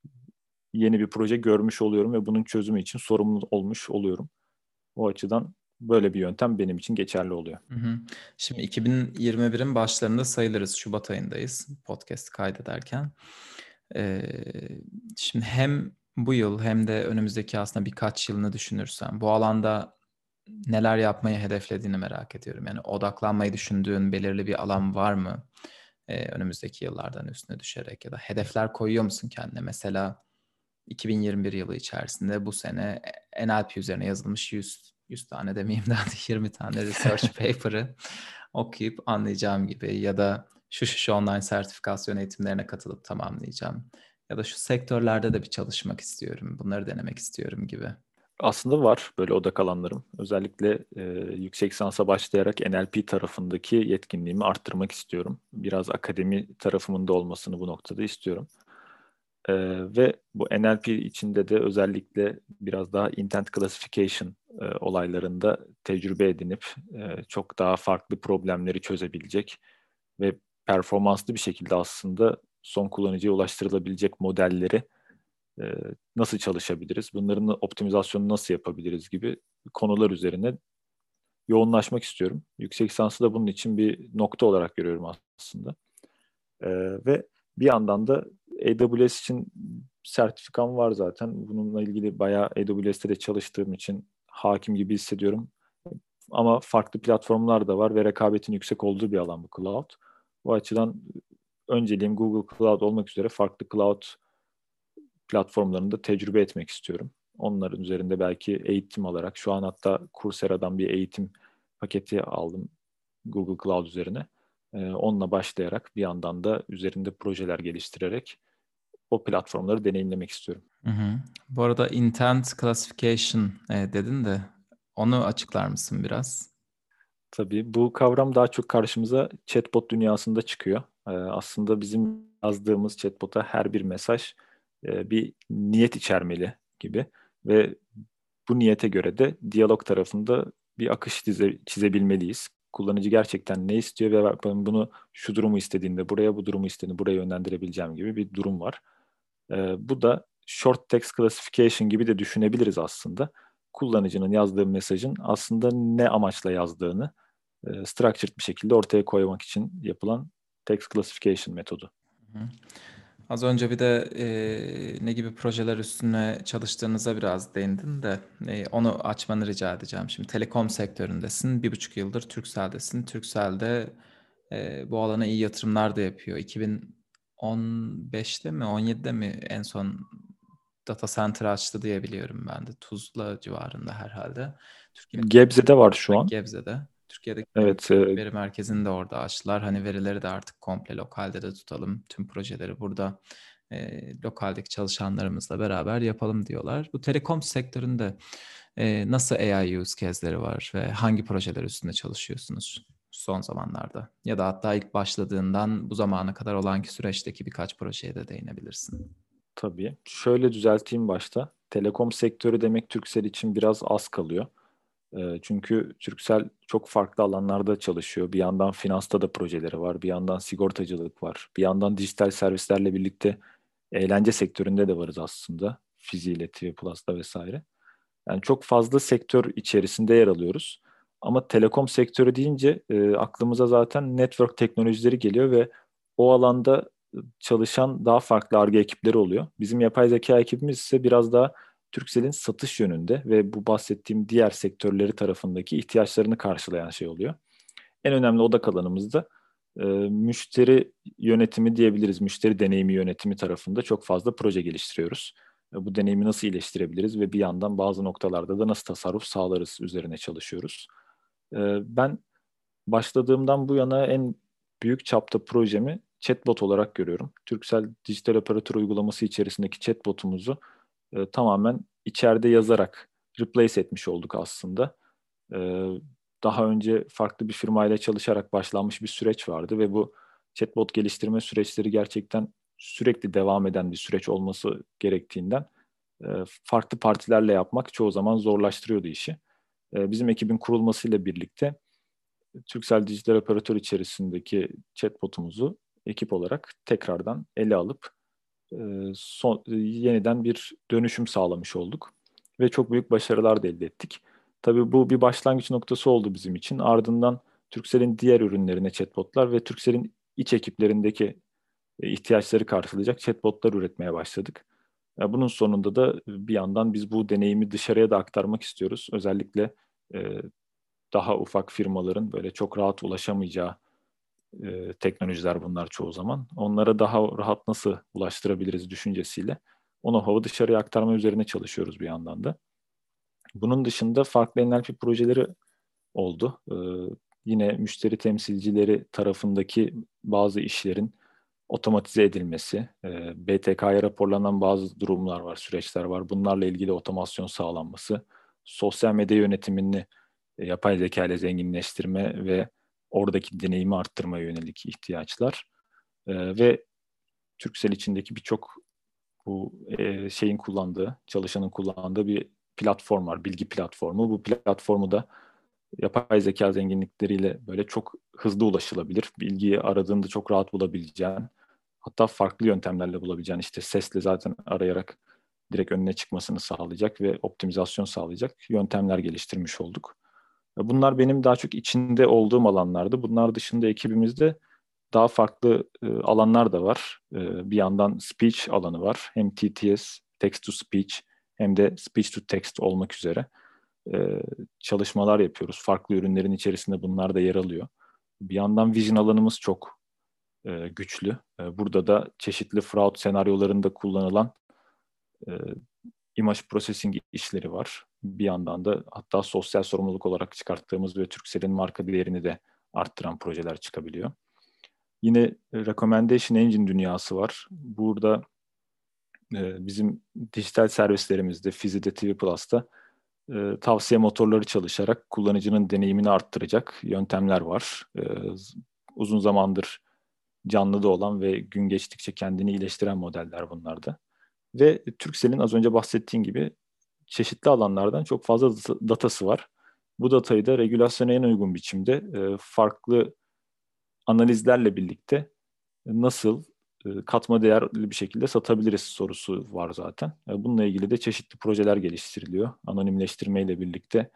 yeni bir proje görmüş oluyorum ve bunun çözümü için sorumlu olmuş oluyorum. O açıdan böyle bir yöntem benim için geçerli oluyor. Hı hı. Şimdi 2021'in başlarında sayılırız. Şubat ayındayız podcast kaydederken. Ee, Şimdi hem bu yıl hem de önümüzdeki aslında birkaç yılını düşünürsem bu alanda neler yapmayı hedeflediğini merak ediyorum. Yani odaklanmayı düşündüğün belirli bir alan var mı? Önümüzdeki yıllardan üstüne düşerek ya da hedefler koyuyor musun kendine? Mesela 2021 yılı içerisinde bu sene NLP üzerine yazılmış 100 tane demeyeyim de hadi 20 tane research paper'ı okuyup anlayacağım gibi ya da şu online sertifikasyon eğitimlerine katılıp tamamlayacağım ya da şu sektörlerde de bir çalışmak istiyorum, bunları denemek istiyorum gibi. Aslında var böyle odak alanlarım. Özellikle yüksek lisansa başlayarak NLP tarafındaki yetkinliğimi arttırmak istiyorum. Biraz akademi tarafımın da olmasını bu noktada istiyorum. Ve bu NLP içinde de özellikle biraz daha intent classification olaylarında tecrübe edinip çok daha farklı problemleri çözebilecek ve performanslı bir şekilde aslında son kullanıcıya ulaştırılabilecek modelleri e, nasıl çalışabiliriz, bunların optimizasyonunu nasıl yapabiliriz gibi konular üzerine yoğunlaşmak istiyorum. Yüksek lisansı da bunun için bir nokta olarak görüyorum aslında. Ve bir yandan da AWS için sertifikam var zaten. Bununla ilgili bayağı AWS'te de çalıştığım için hakim gibi hissediyorum. Ama farklı platformlar da var ve rekabetin yüksek olduğu bir alan bu cloud. Bu açıdan önceliğim Google Cloud olmak üzere farklı cloud platformlarında tecrübe etmek istiyorum. Onların üzerinde belki eğitim alarak şu an hatta Coursera'dan bir eğitim paketi aldım Google Cloud üzerine. Onunla başlayarak bir yandan da üzerinde projeler geliştirerek o platformları deneyimlemek istiyorum. Hı hı. Bu arada intent classification dedin de onu açıklar mısın biraz? Tabii bu kavram daha çok karşımıza chatbot dünyasında çıkıyor. Aslında bizim yazdığımız chatbot'a her bir mesaj bir niyet içermeli gibi ve bu niyete göre de diyalog tarafında bir akış çizebilmeliyiz. Kullanıcı gerçekten ne istiyor ve ben bunu şu durumu istediğinde buraya, bu durumu istediğinde buraya yönlendirebileceğim gibi bir durum var. Bu da short text classification gibi de düşünebiliriz aslında. Kullanıcının yazdığı mesajın aslında ne amaçla yazdığını structured bir şekilde ortaya koymak için yapılan text classification metodu. Hı hı. Az önce bir de ne gibi projeler üstüne çalıştığınıza biraz değindin de onu açmanı rica edeceğim. Şimdi telekom sektöründesin, 1,5 yıldır Turkcell'desin. Turkcell'de bu alana iyi yatırımlar da yapıyor. 2015'te mi, 17'de mi en son data center açtı diye biliyorum ben de. Tuzla civarında herhalde. Türkiye'de Gebze'de var şu an. Gebze'de. Türkiye'deki en Evet, büyük veri merkezini de orada açtılar. Hani verileri de artık komple lokalde de tutalım. Tüm projeleri burada lokaldeki çalışanlarımızla beraber yapalım diyorlar. Bu telekom sektöründe nasıl AI use case'leri var ve hangi projeler üstünde çalışıyorsunuz son zamanlarda? Ya da hatta ilk başladığından bu zamana kadar olan ki süreçteki birkaç projeye de değinebilirsin. tabii. Şöyle düzelteyim başta. Telekom sektörü demek Turkcell için biraz az kalıyor. Çünkü Turkcell çok farklı alanlarda çalışıyor. Bir yandan finansta da projeleri var, bir yandan sigortacılık var, bir yandan dijital servislerle birlikte eğlence sektöründe de varız aslında. Fizi'yle, TV Plus'ta vesaire. Yani çok fazla sektör içerisinde yer alıyoruz. Ama telekom sektörü deyince aklımıza zaten network teknolojileri geliyor ve o alanda çalışan daha farklı Ar-Ge ekipleri oluyor. Bizim yapay zeka ekibimiz ise biraz daha Turkcell'in satış yönünde ve bu bahsettiğim diğer sektörleri tarafındaki ihtiyaçlarını karşılayan şey oluyor. En önemli odak alanımız da müşteri yönetimi diyebiliriz. Müşteri deneyimi yönetimi tarafında çok fazla proje geliştiriyoruz. Bu deneyimi nasıl iyileştirebiliriz ve bir yandan bazı noktalarda da nasıl tasarruf sağlarız üzerine çalışıyoruz. Ben başladığımdan bu yana en büyük çapta projemi chatbot olarak görüyorum. Turkcell dijital operatör uygulaması içerisindeki chatbotumuzu tamamen içeride yazarak replace etmiş olduk aslında. E, Daha önce farklı bir firmayla çalışarak başlanmış bir süreç vardı ve bu chatbot geliştirme süreçleri gerçekten sürekli devam eden bir süreç olması gerektiğinden farklı partilerle yapmak çoğu zaman zorlaştırıyordu işi. Bizim ekibin kurulmasıyla birlikte Turkcell Dijital Operatör içerisindeki chatbotumuzu ekip olarak tekrardan ele alıp e, yeniden bir dönüşüm sağlamış olduk ve çok büyük başarılar da elde ettik. Tabii bu bir başlangıç noktası oldu bizim için. Ardından Turkcell'in diğer ürünlerine chatbotlar ve Turkcell'in iç ekiplerindeki ihtiyaçları karşılayacak chatbotlar üretmeye başladık. Bunun sonunda da bir yandan biz bu deneyimi dışarıya da aktarmak istiyoruz. Özellikle e, daha ufak firmaların böyle çok rahat ulaşamayacağı teknolojiler bunlar çoğu zaman. Onlara daha rahat nasıl ulaştırabiliriz düşüncesiyle o know-how'ı dışarıya aktarma üzerine çalışıyoruz bir yandan da. Bunun dışında farklı NLP projeleri oldu. Yine müşteri temsilcileri tarafındaki bazı işlerin otomatize edilmesi, BTK'ya raporlanan bazı durumlar var, süreçler var. Bunlarla ilgili otomasyon sağlanması, sosyal medya yönetimini yapay zeka ile zenginleştirme ve oradaki deneyimi arttırmaya yönelik ihtiyaçlar ve Turkcell içindeki birçok Bu şeyin kullandığı, çalışanın kullandığı bir platform var, bilgi platformu. Bu platformu da yapay zeka zenginlikleriyle böyle çok hızlı ulaşılabilir. Bilgiyi aradığında çok rahat bulabileceğin, hatta farklı yöntemlerle bulabileceğin, işte sesle zaten arayarak direkt önüne çıkmasını sağlayacak ve optimizasyon sağlayacak yöntemler geliştirmiş olduk. Bunlar benim daha çok içinde olduğum alanlardı. Bunlar dışında ekibimizde daha farklı alanlar da var. Bir yandan speech alanı var. Hem TTS, text to speech, hem de speech to text olmak üzere e, çalışmalar yapıyoruz. Farklı ürünlerin içerisinde bunlar da yer alıyor. Bir yandan vision alanımız çok güçlü. Burada da çeşitli fraud senaryolarında kullanılan e, image processing işleri var. Bir yandan da hatta sosyal sorumluluk olarak çıkarttığımız ve Turkcell'in marka değerini de arttıran projeler çıkabiliyor. Yine recommendation engine dünyası var. Burada bizim dijital servislerimizde, Fizi'de, TV Plus'ta tavsiye motorları çalışarak kullanıcının deneyimini arttıracak yöntemler var. Uzun zamandır canlıda olan ve gün geçtikçe kendini iyileştiren modeller bunlar da. Ve Turkcell'in az önce bahsettiğim gibi çeşitli alanlardan çok fazla datası var. Bu datayı da regülasyona en uygun biçimde farklı analizlerle birlikte nasıl katma değerli bir şekilde satabiliriz sorusu var zaten. Bununla ilgili de çeşitli projeler geliştiriliyor. Anonimleştirme ile birlikte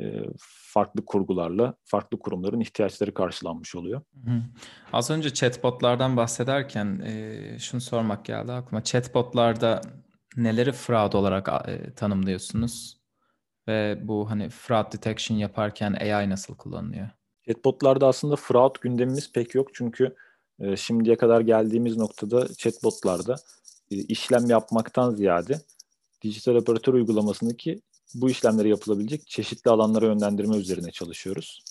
farklı kurgularla farklı kurumların ihtiyaçları karşılanmış oluyor. Hı hı. Az önce chatbotlardan bahsederken şunu sormak geldi aklıma. Chatbotlarda neleri fraud olarak tanımlıyorsunuz? Ve bu hani fraud detection yaparken AI nasıl kullanılıyor? Chatbotlarda aslında fraud gündemimiz pek yok çünkü şimdiye kadar geldiğimiz noktada chatbotlarda işlem yapmaktan ziyade dijital operatör uygulamasındaki bu işlemleri yapılabilecek çeşitli alanlara yönlendirme üzerine çalışıyoruz.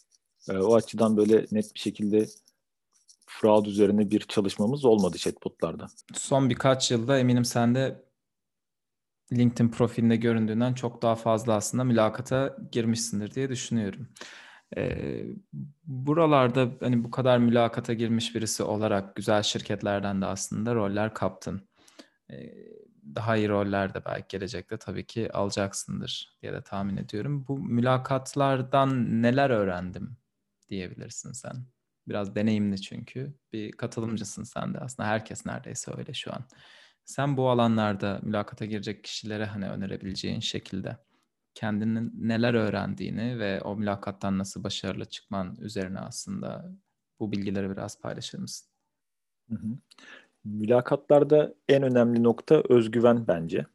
O açıdan böyle net bir şekilde fraud üzerine bir çalışmamız olmadı chatbotlarda. Son birkaç yılda eminim sen de LinkedIn profilinde göründüğünden çok daha fazla aslında mülakata girmişsindir diye düşünüyorum. Ee, Buralarda hani bu kadar mülakata girmiş birisi olarak güzel şirketlerden de aslında roller kaptın. Ee, Daha iyi roller de belki gelecekte tabii ki alacaksındır diye de tahmin ediyorum. Bu mülakatlardan neler öğrendim diyebilirsin sen. Biraz deneyimli çünkü. Bir katılımcısın sen de aslında. Herkes neredeyse öyle şu an. Sen bu alanlarda mülakata girecek kişilere hani önerebileceğin şekilde kendinin neler öğrendiğini ve o mülakattan nasıl başarılı çıkman üzerine aslında bu bilgileri biraz paylaşır mısın? Hı hı. Mülakatlarda en önemli nokta özgüven bence.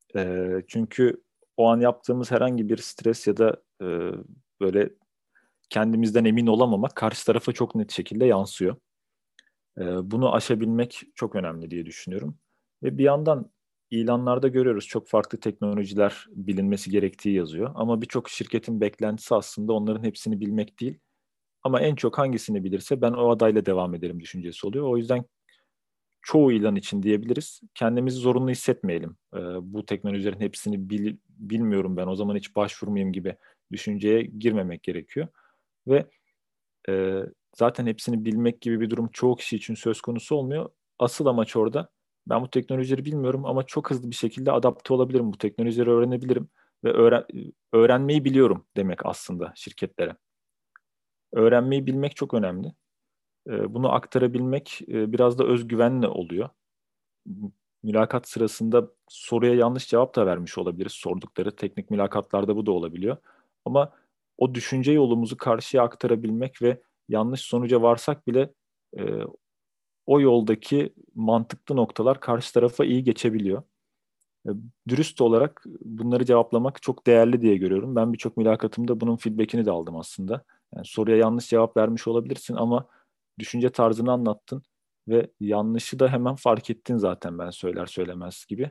Çünkü o an yaptığımız herhangi bir stres ya da böyle kendimizden emin olamamak karşı tarafa çok net şekilde yansıyor. Bunu aşabilmek çok önemli diye düşünüyorum. Ve bir yandan ilanlarda görüyoruz çok farklı teknolojiler bilinmesi gerektiği yazıyor. Ama birçok şirketin beklentisi aslında onların hepsini bilmek değil. Ama en çok hangisini bilirse ben o adayla devam ederim düşüncesi oluyor. O yüzden çoğu ilan için diyebiliriz. Kendimizi zorunlu hissetmeyelim. Bu teknolojilerin hepsini bilmiyorum ben o zaman hiç başvurmayayım gibi düşünceye girmemek gerekiyor. Ve e, zaten hepsini bilmek gibi bir durum çoğu kişi için söz konusu olmuyor. Asıl amaç orada ben bu teknolojileri bilmiyorum ama çok hızlı bir şekilde adapte olabilirim. Bu teknolojileri öğrenebilirim ve öğrenmeyi biliyorum demek aslında şirketlere. Öğrenmeyi bilmek çok önemli. Bunu aktarabilmek biraz da özgüvenle oluyor. Mülakat sırasında soruya yanlış cevap da vermiş olabiliriz. Sordukları teknik mülakatlarda bu da olabiliyor. Ama o düşünce yolumuzu karşıya aktarabilmek ve yanlış sonuca varsak bile e, o yoldaki mantıklı noktalar karşı tarafa iyi geçebiliyor. E, Dürüst olarak bunları cevaplamak çok değerli diye görüyorum. Ben birçok mülakatımda bunun feedbackini de aldım aslında. Yani soruya yanlış cevap vermiş olabilirsin ama düşünce tarzını anlattın ve yanlışı da hemen fark ettin zaten ben söyler söylemez gibi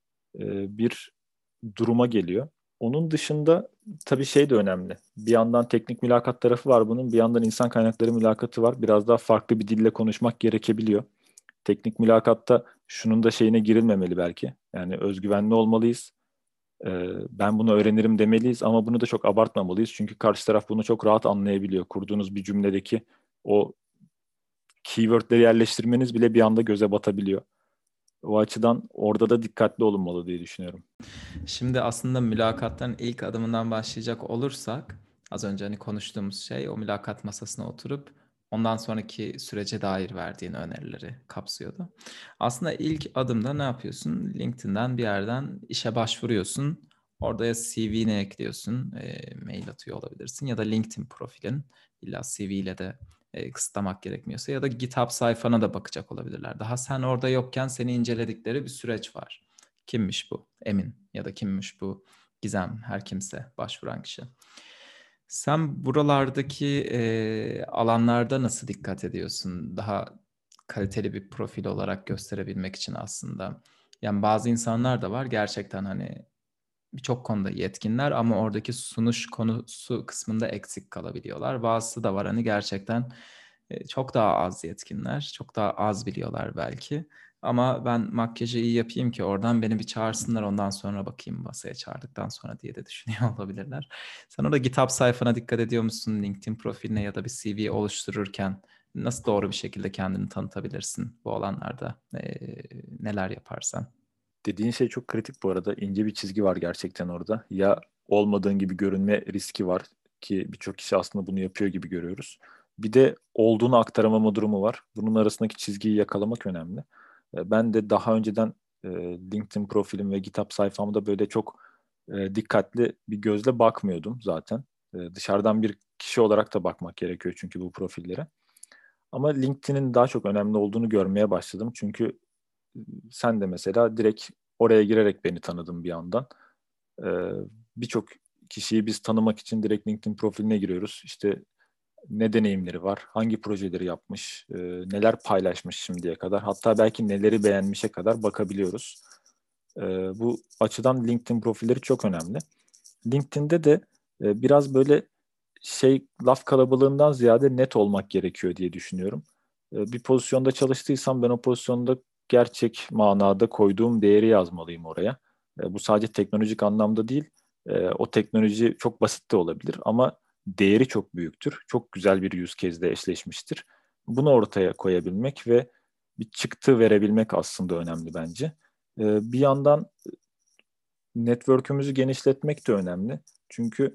bir duruma geliyor. Onun dışında tabii şey de önemli. Bir yandan teknik mülakat tarafı var bunun, bir yandan insan kaynakları mülakatı var. Biraz daha farklı bir dille konuşmak gerekebiliyor. Teknik mülakatta şunun da şeyine girilmemeli belki. Yani özgüvenli olmalıyız. Ben bunu öğrenirim demeliyiz ama bunu da çok abartmamalıyız. Çünkü karşı taraf bunu çok rahat anlayabiliyor. Kurduğunuz bir cümledeki o keywordleri yerleştirmeniz bile bir anda göze batabiliyor. O açıdan orada da dikkatli olunmalı diye düşünüyorum. Şimdi aslında mülakatların ilk adımından başlayacak olursak az önce hani konuştuğumuz şey o mülakat masasına oturup ondan sonraki sürece dair verdiğin önerileri kapsıyordu. Aslında ilk adımda ne yapıyorsun? LinkedIn'den bir yerden işe başvuruyorsun. Orada ya CV'ne ekliyorsun, mail atıyor olabilirsin ya da LinkedIn profilin illa CV ile de kısıtlamak gerekmiyorsa ya da GitHub sayfana da bakacak olabilirler. Daha sen orada yokken seni inceledikleri bir süreç var. Kimmiş bu? Emin ya da kimmiş bu? Gizem, her kimse başvuran kişi. Sen buralardaki alanlarda nasıl dikkat ediyorsun? Daha kaliteli bir profil olarak gösterebilmek için aslında. Yani bazı insanlar da var gerçekten hani birçok konuda yetkinler ama oradaki sunuş konusu kısmında eksik kalabiliyorlar. Bazısı da var hani gerçekten çok daha az yetkinler, çok daha az biliyorlar belki. Ama ben makyajı iyi yapayım ki oradan beni bir çağırsınlar ondan sonra bakayım masaya çağırdıktan sonra diye de düşünüyor olabilirler. Sen orada GitHub sayfana dikkat ediyor musun? LinkedIn profiline ya da bir CV oluştururken nasıl doğru bir şekilde kendini tanıtabilirsin bu alanlarda? Neler yaparsan? Dediğin şey çok kritik bu arada. İnce bir çizgi var gerçekten orada. Ya olmadığın gibi görünme riski var ki birçok kişi aslında bunu yapıyor gibi görüyoruz. Bir de olduğunu aktaramama durumu var. Bunun arasındaki çizgiyi yakalamak önemli. Ben de daha önceden LinkedIn profilim ve GitHub sayfamda böyle çok dikkatli bir gözle bakmıyordum zaten. Dışarıdan bir kişi olarak da bakmak gerekiyor çünkü bu profillere. Ama LinkedIn'in daha çok önemli olduğunu görmeye başladım. Çünkü sen de mesela direkt oraya girerek beni tanıdın bir yandan. Ee, Birçok kişiyi biz tanımak için direkt LinkedIn profiline giriyoruz. İşte ne deneyimleri var, hangi projeleri yapmış, neler paylaşmış şimdiye kadar, hatta belki neleri beğenmişe kadar bakabiliyoruz. Bu açıdan LinkedIn profilleri çok önemli. LinkedIn'de de biraz böyle laf kalabalığından ziyade net olmak gerekiyor diye düşünüyorum. Bir pozisyonda çalıştıysam ben o pozisyonda gerçek manada koyduğum değeri yazmalıyım oraya. Bu sadece teknolojik anlamda değil. O teknoloji çok basit de olabilir ama değeri çok büyüktür. Çok güzel bir use case'de eşleşmiştir. Bunu ortaya koyabilmek ve bir çıktı verebilmek aslında önemli bence. Bir yandan network'ümüzü genişletmek de önemli. Çünkü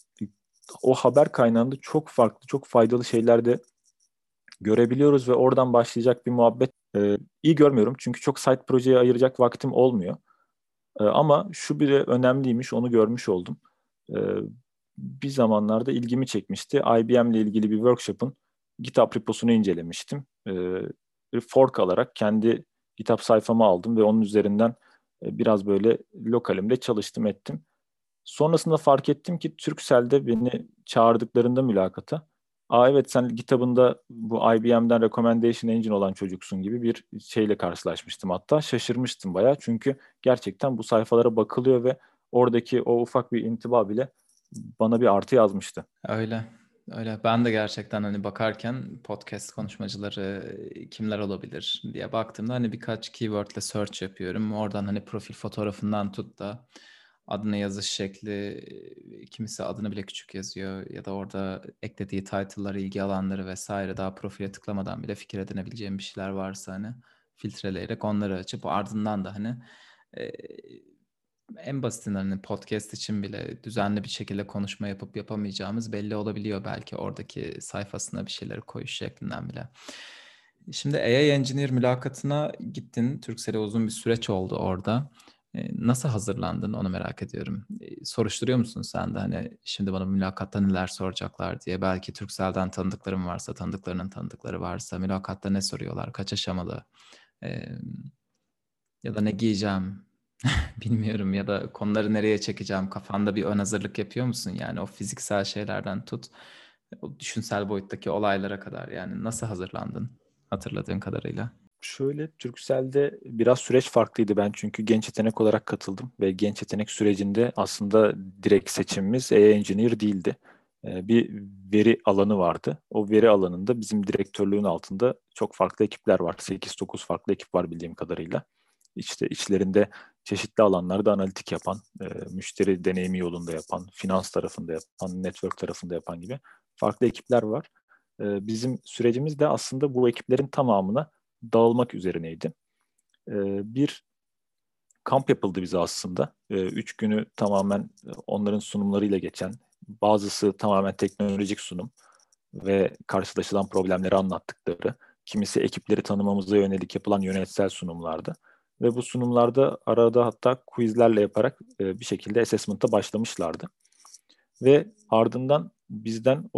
o haber kaynağında çok farklı, çok faydalı şeyler de görebiliyoruz ve oradan başlayacak bir muhabbet iyi görmüyorum. Çünkü çok site projeye ayıracak vaktim olmuyor. Ama şu bile önemliymiş, onu görmüş oldum. E, Bir zamanlarda ilgimi çekmişti. IBM ile ilgili bir workshop'ın GitHub reposunu incelemiştim. Bir fork alarak kendi GitHub sayfamı aldım ve onun üzerinden biraz böyle lokalimde çalıştım ettim. Sonrasında fark ettim ki Turkcell'de beni çağırdıklarında mülakata, aa evet sen GitHub'ında bu IBM'den Recommendation Engine olan çocuksun gibi bir şeyle karşılaşmıştım hatta. Şaşırmıştım bayağı çünkü gerçekten bu sayfalara bakılıyor ve oradaki o ufak bir intiba bile bana bir artı yazmıştı. Öyle. Öyle. Ben de gerçekten hani bakarken podcast konuşmacıları kimler olabilir diye baktığımda hani birkaç keywordle search yapıyorum. Oradan hani profil fotoğrafından tut da adını yazış şekli, kimisi adını bile küçük yazıyor ya da orada eklediği title'ları, ilgi alanları vesaire daha profile tıklamadan bile fikir edinebileceğim bir şeyler varsa hani filtreleyerek onları açıp ardından da hani e, en basitinden hani podcast için bile düzenli bir şekilde konuşma yapıp yapamayacağımız belli olabiliyor belki oradaki sayfasına bir şeyleri koyuş şeklinden bile. Şimdi AI Engineer mülakatına gittin. Turkcell'e uzun bir süreç oldu orada. Nasıl hazırlandın onu merak ediyorum. Soruşturuyor musun sen de hani şimdi bana mülakatta neler soracaklar diye. Belki Turkcell'den tanıdıklarım varsa, tanıdıklarının tanıdıkları varsa mülakatta ne soruyorlar, kaç aşamalı e, ya da ne giyeceğim bilmiyorum ya da konuları nereye çekeceğim kafanda bir ön hazırlık yapıyor musun? Yani o fiziksel şeylerden tut o düşünsel boyuttaki olaylara kadar yani nasıl hazırlandın hatırladığın kadarıyla? Şöyle Turkcell'de biraz süreç farklıydı. Ben çünkü genç yetenek olarak katıldım ve genç yetenek sürecinde aslında direkt seçimimiz AI Engineer değildi. Bir veri alanı vardı. O veri alanında bizim direktörlüğün altında çok farklı ekipler var. 8-9 farklı ekip var bildiğim kadarıyla. İşte içlerinde çeşitli alanlarda analitik yapan, müşteri deneyimi yolunda yapan, finans tarafında yapan, network tarafında yapan gibi farklı ekipler var. Bizim sürecimiz de aslında bu ekiplerin tamamına dağılmak üzerineydi. Bir kamp yapıldı bize aslında. 3 günü tamamen onların sunumlarıyla geçen, bazısı tamamen teknolojik sunum ve karşılaşılan problemleri anlattıkları, kimisi ekipleri tanımamıza yönelik yapılan yönetsel sunumlardı. Ve bu sunumlarda arada hatta quizlerle yaparak bir şekilde assessment'a başlamışlardı. Ve ardından bizden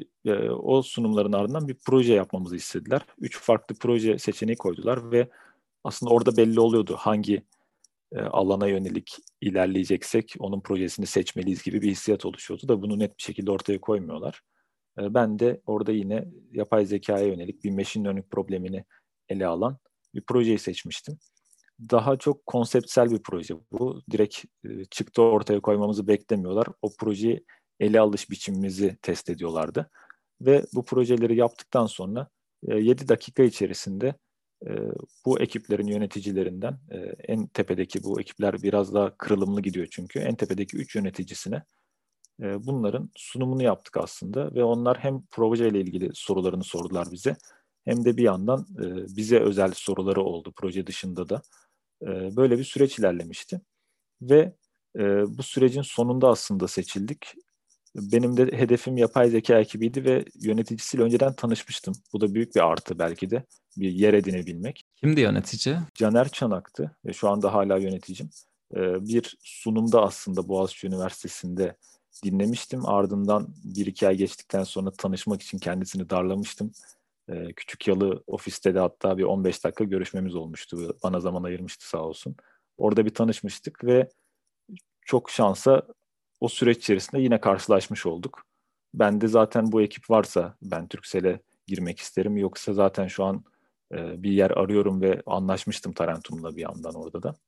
o sunumların ardından bir proje yapmamızı istediler. 3 farklı proje seçeneği koydular ve aslında orada belli oluyordu hangi alana yönelik ilerleyeceksek onun projesini seçmeliyiz gibi bir hissiyat oluşuyordu da bunu net bir şekilde ortaya koymuyorlar. Ben de orada yine yapay zekaya yönelik bir machine learning problemini ele alan bir projeyi seçmiştim. Daha çok konseptsel bir proje bu. Direkt çıktı ortaya koymamızı beklemiyorlar. O projeyi ele alış biçimimizi test ediyorlardı. Ve bu projeleri yaptıktan sonra 7 dakika içerisinde e, bu ekiplerin yöneticilerinden en tepedeki, bu ekipler biraz daha kırılımlı gidiyor çünkü, en tepedeki 3 yöneticisine bunların sunumunu yaptık aslında ve onlar hem projeyle ilgili sorularını sordular bize hem de bir yandan bize özel soruları oldu proje dışında da. Böyle bir süreç ilerlemişti ve bu sürecin sonunda aslında seçildik. Benim de hedefim yapay zeka ekibiydi ve yöneticisiyle önceden tanışmıştım. Bu da büyük bir artı belki de, bir yer edinebilmek. Kimdi yönetici? Caner Çanak'tı ve şu anda hala yöneticim. Bir sunumda aslında Boğaziçi Üniversitesi'nde dinlemiştim. Ardından 1-2 ay geçtikten sonra tanışmak için kendisini darlamıştım. Küçük Yalı ofiste de hatta bir 15 dakika görüşmemiz olmuştu. Bana zaman ayırmıştı sağ olsun. Orada bir tanışmıştık ve çok şansa o süreç içerisinde yine karşılaşmış olduk. Ben de zaten bu ekip varsa ben Turkcell'e girmek isterim. Yoksa zaten şu an bir yer arıyorum ve anlaşmıştım Tarentum'la bir yandan orada da.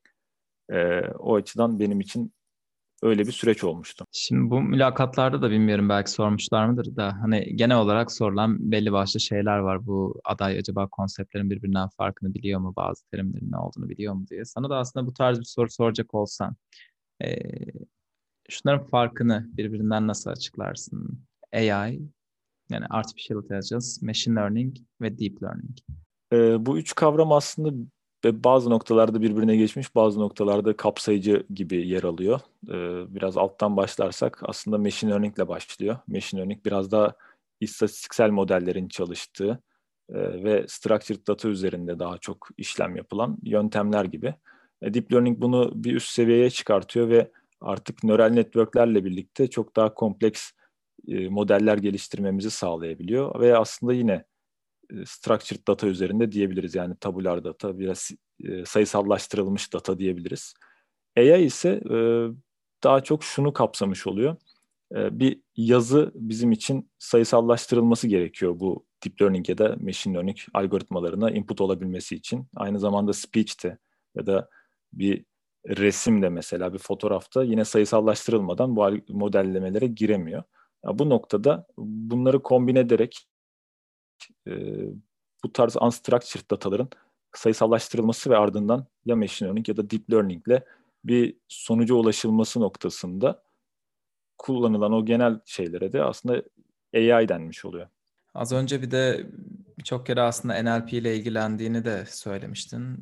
O açıdan benim için öyle bir süreç olmuştu. Şimdi bu mülakatlarda da bilmiyorum belki sormuşlar mıdır da hani genel olarak sorulan belli başlı şeyler var. Bu aday acaba konseptlerin birbirinden farkını biliyor mu? Bazı terimlerin ne olduğunu biliyor mu diye. Sana da aslında bu tarz bir soru soracak olsam e, şunların farkını birbirinden nasıl açıklarsın? AI yani Artificial Intelligence, Machine Learning ve Deep Learning. Bu 3 kavram aslında bazı noktalarda birbirine geçmiş, bazı noktalarda kapsayıcı gibi yer alıyor. Biraz alttan başlarsak aslında Machine Learning ile başlıyor. Machine Learning biraz daha istatistiksel modellerin çalıştığı ve structured data üzerinde daha çok işlem yapılan yöntemler gibi. Deep Learning bunu bir üst seviyeye çıkartıyor ve artık nöral networklerle birlikte çok daha kompleks modeller geliştirmemizi sağlayabiliyor ve aslında yine structured data üzerinde diyebiliriz. Yani tabular data, biraz sayısallaştırılmış data diyebiliriz. AI ise daha çok şunu kapsamış oluyor. Bir yazı bizim için sayısallaştırılması gerekiyor bu deep learning ya da machine learning algoritmalarına input olabilmesi için. Aynı zamanda speech'te ya da bir resimde, mesela bir fotoğrafta yine sayısallaştırılmadan bu modellemelere giremiyor. Bu noktada bunları kombine ederek e, bu tarz unstructured dataların sayısallaştırılması ve ardından ya machine learning ya da deep learning ile bir sonuca ulaşılması noktasında kullanılan o genel şeylere de aslında AI denmiş oluyor. Az önce bir de birçok kere aslında NLP ile ilgilendiğini de söylemiştin.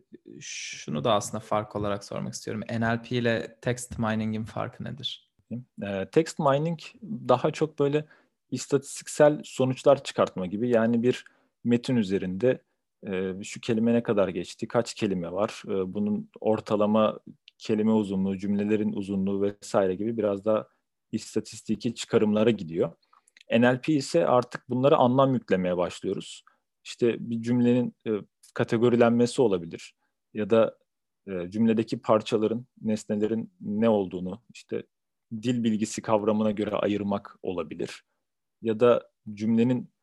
Şunu da aslında fark olarak sormak istiyorum. NLP ile text mining'in farkı nedir? Text mining daha çok böyle istatistiksel sonuçlar çıkartma gibi. Yani bir metin üzerinde şu kelime ne kadar geçti, kaç kelime var, bunun ortalama kelime uzunluğu, cümlelerin uzunluğu vesaire gibi biraz daha istatistiki çıkarımlara gidiyor. NLP ise artık bunlara anlam yüklemeye başlıyoruz. İşte bir cümlenin kategorilenmesi olabilir ya da cümledeki parçaların, nesnelerin ne olduğunu işte dil bilgisi kavramına göre ayırmak olabilir. Ya da cümlenin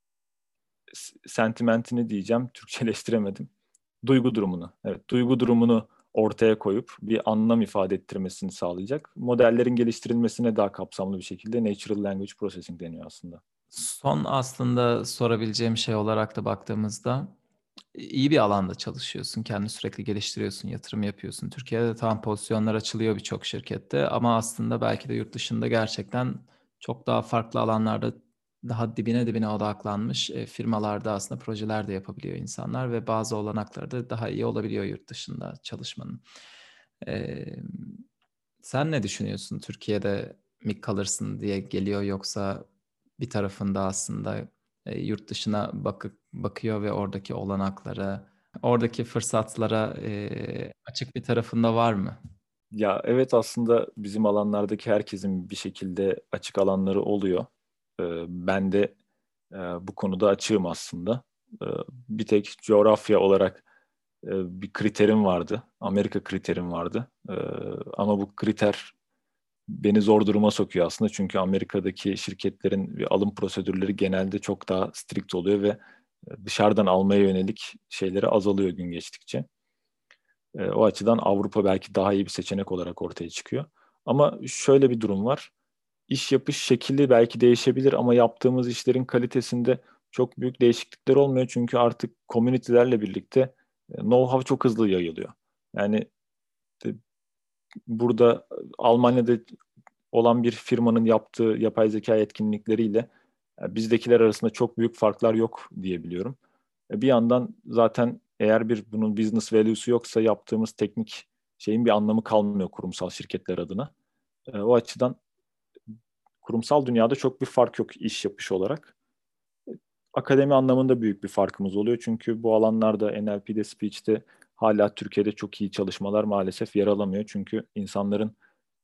sentimentini diyeceğim, Türkçeleştiremedim. Duygu durumunu, evet, duygu durumunu ortaya koyup bir anlam ifade ettirmesini sağlayacak modellerin geliştirilmesine daha kapsamlı bir şekilde Natural Language Processing deniyor aslında. Son aslında sorabileceğim şey olarak da baktığımızda iyi bir alanda çalışıyorsun. Kendini sürekli geliştiriyorsun, yatırım yapıyorsun. Türkiye'de tam pozisyonlar açılıyor birçok şirkette ama aslında belki de yurt dışında gerçekten çok daha farklı alanlarda daha dibine odaklanmış firmalarda aslında projeler de yapabiliyor insanlar ve bazı olanakları da daha iyi olabiliyor yurt dışında çalışmanın. E, Sen ne düşünüyorsun? Türkiye'de mi kalırsın diye geliyor, yoksa bir tarafında aslında yurt dışına bakıyor ve oradaki olanaklara, oradaki fırsatlara açık bir tarafında var mı? Ya evet, aslında bizim alanlardaki herkesin bir şekilde açık alanları oluyor. Ben de bu konuda açığım aslında. Ee, Bir tek coğrafya olarak bir kriterim vardı. Amerika kriterim vardı. Ama bu kriter beni zor duruma sokuyor aslında. Çünkü Amerika'daki şirketlerin bir alım prosedürleri genelde çok daha strict oluyor ve dışarıdan almaya yönelik şeyleri azalıyor gün geçtikçe. O açıdan Avrupa belki daha iyi bir seçenek olarak ortaya çıkıyor. Ama şöyle bir durum var. İş yapış şekli belki değişebilir ama yaptığımız işlerin kalitesinde çok büyük değişiklikler olmuyor. Çünkü artık komünitelerle birlikte know-how çok hızlı yayılıyor. Yani e, burada Almanya'da olan bir firmanın yaptığı yapay zeka etkinlikleriyle bizdekiler arasında çok büyük farklar yok diyebiliyorum. Bir yandan zaten eğer bunun business value'su yoksa yaptığımız teknik şeyin bir anlamı kalmıyor kurumsal şirketler adına. O açıdan kurumsal dünyada çok bir fark yok iş yapışı olarak. Akademi anlamında büyük bir farkımız oluyor. Çünkü bu alanlarda NLP'de, speech'te hala Türkiye'de çok iyi çalışmalar maalesef yer alamıyor. Çünkü insanların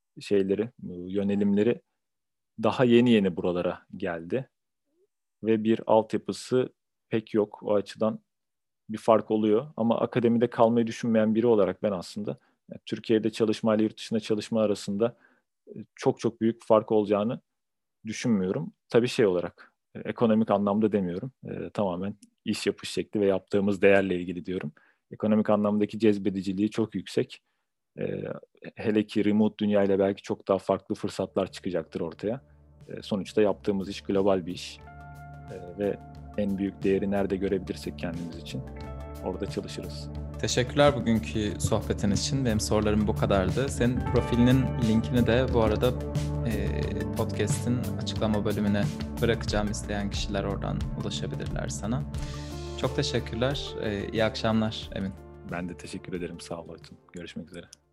yönelimleri daha yeni buralara geldi ve bir altyapısı pek yok. O açıdan bir fark oluyor. Ama akademide kalmayı düşünmeyen biri olarak ben aslında Türkiye'de çalışma ile yurt dışında çalışma arasında çok çok büyük fark olacağını düşünmüyorum. Tabii şey olarak ekonomik anlamda demiyorum. Tamamen iş yapış şekli ve yaptığımız değerle ilgili diyorum. Ekonomik anlamdaki cezbediciliği çok yüksek. E, Hele ki remote dünyayla belki çok daha farklı fırsatlar çıkacaktır ortaya. Sonuçta yaptığımız iş global bir iş. Ve en büyük değeri nerede görebilirsek kendimiz için orada çalışırız. Teşekkürler bugünkü sohbetin için. Benim sorularım bu kadardı. Senin profilinin linkini de bu arada podcast'in açıklama bölümüne bırakacağım. İsteyen kişiler oradan ulaşabilirler sana. Çok teşekkürler. İyi akşamlar Emin. Ben de teşekkür ederim. Sağ ol Aytun. Görüşmek üzere.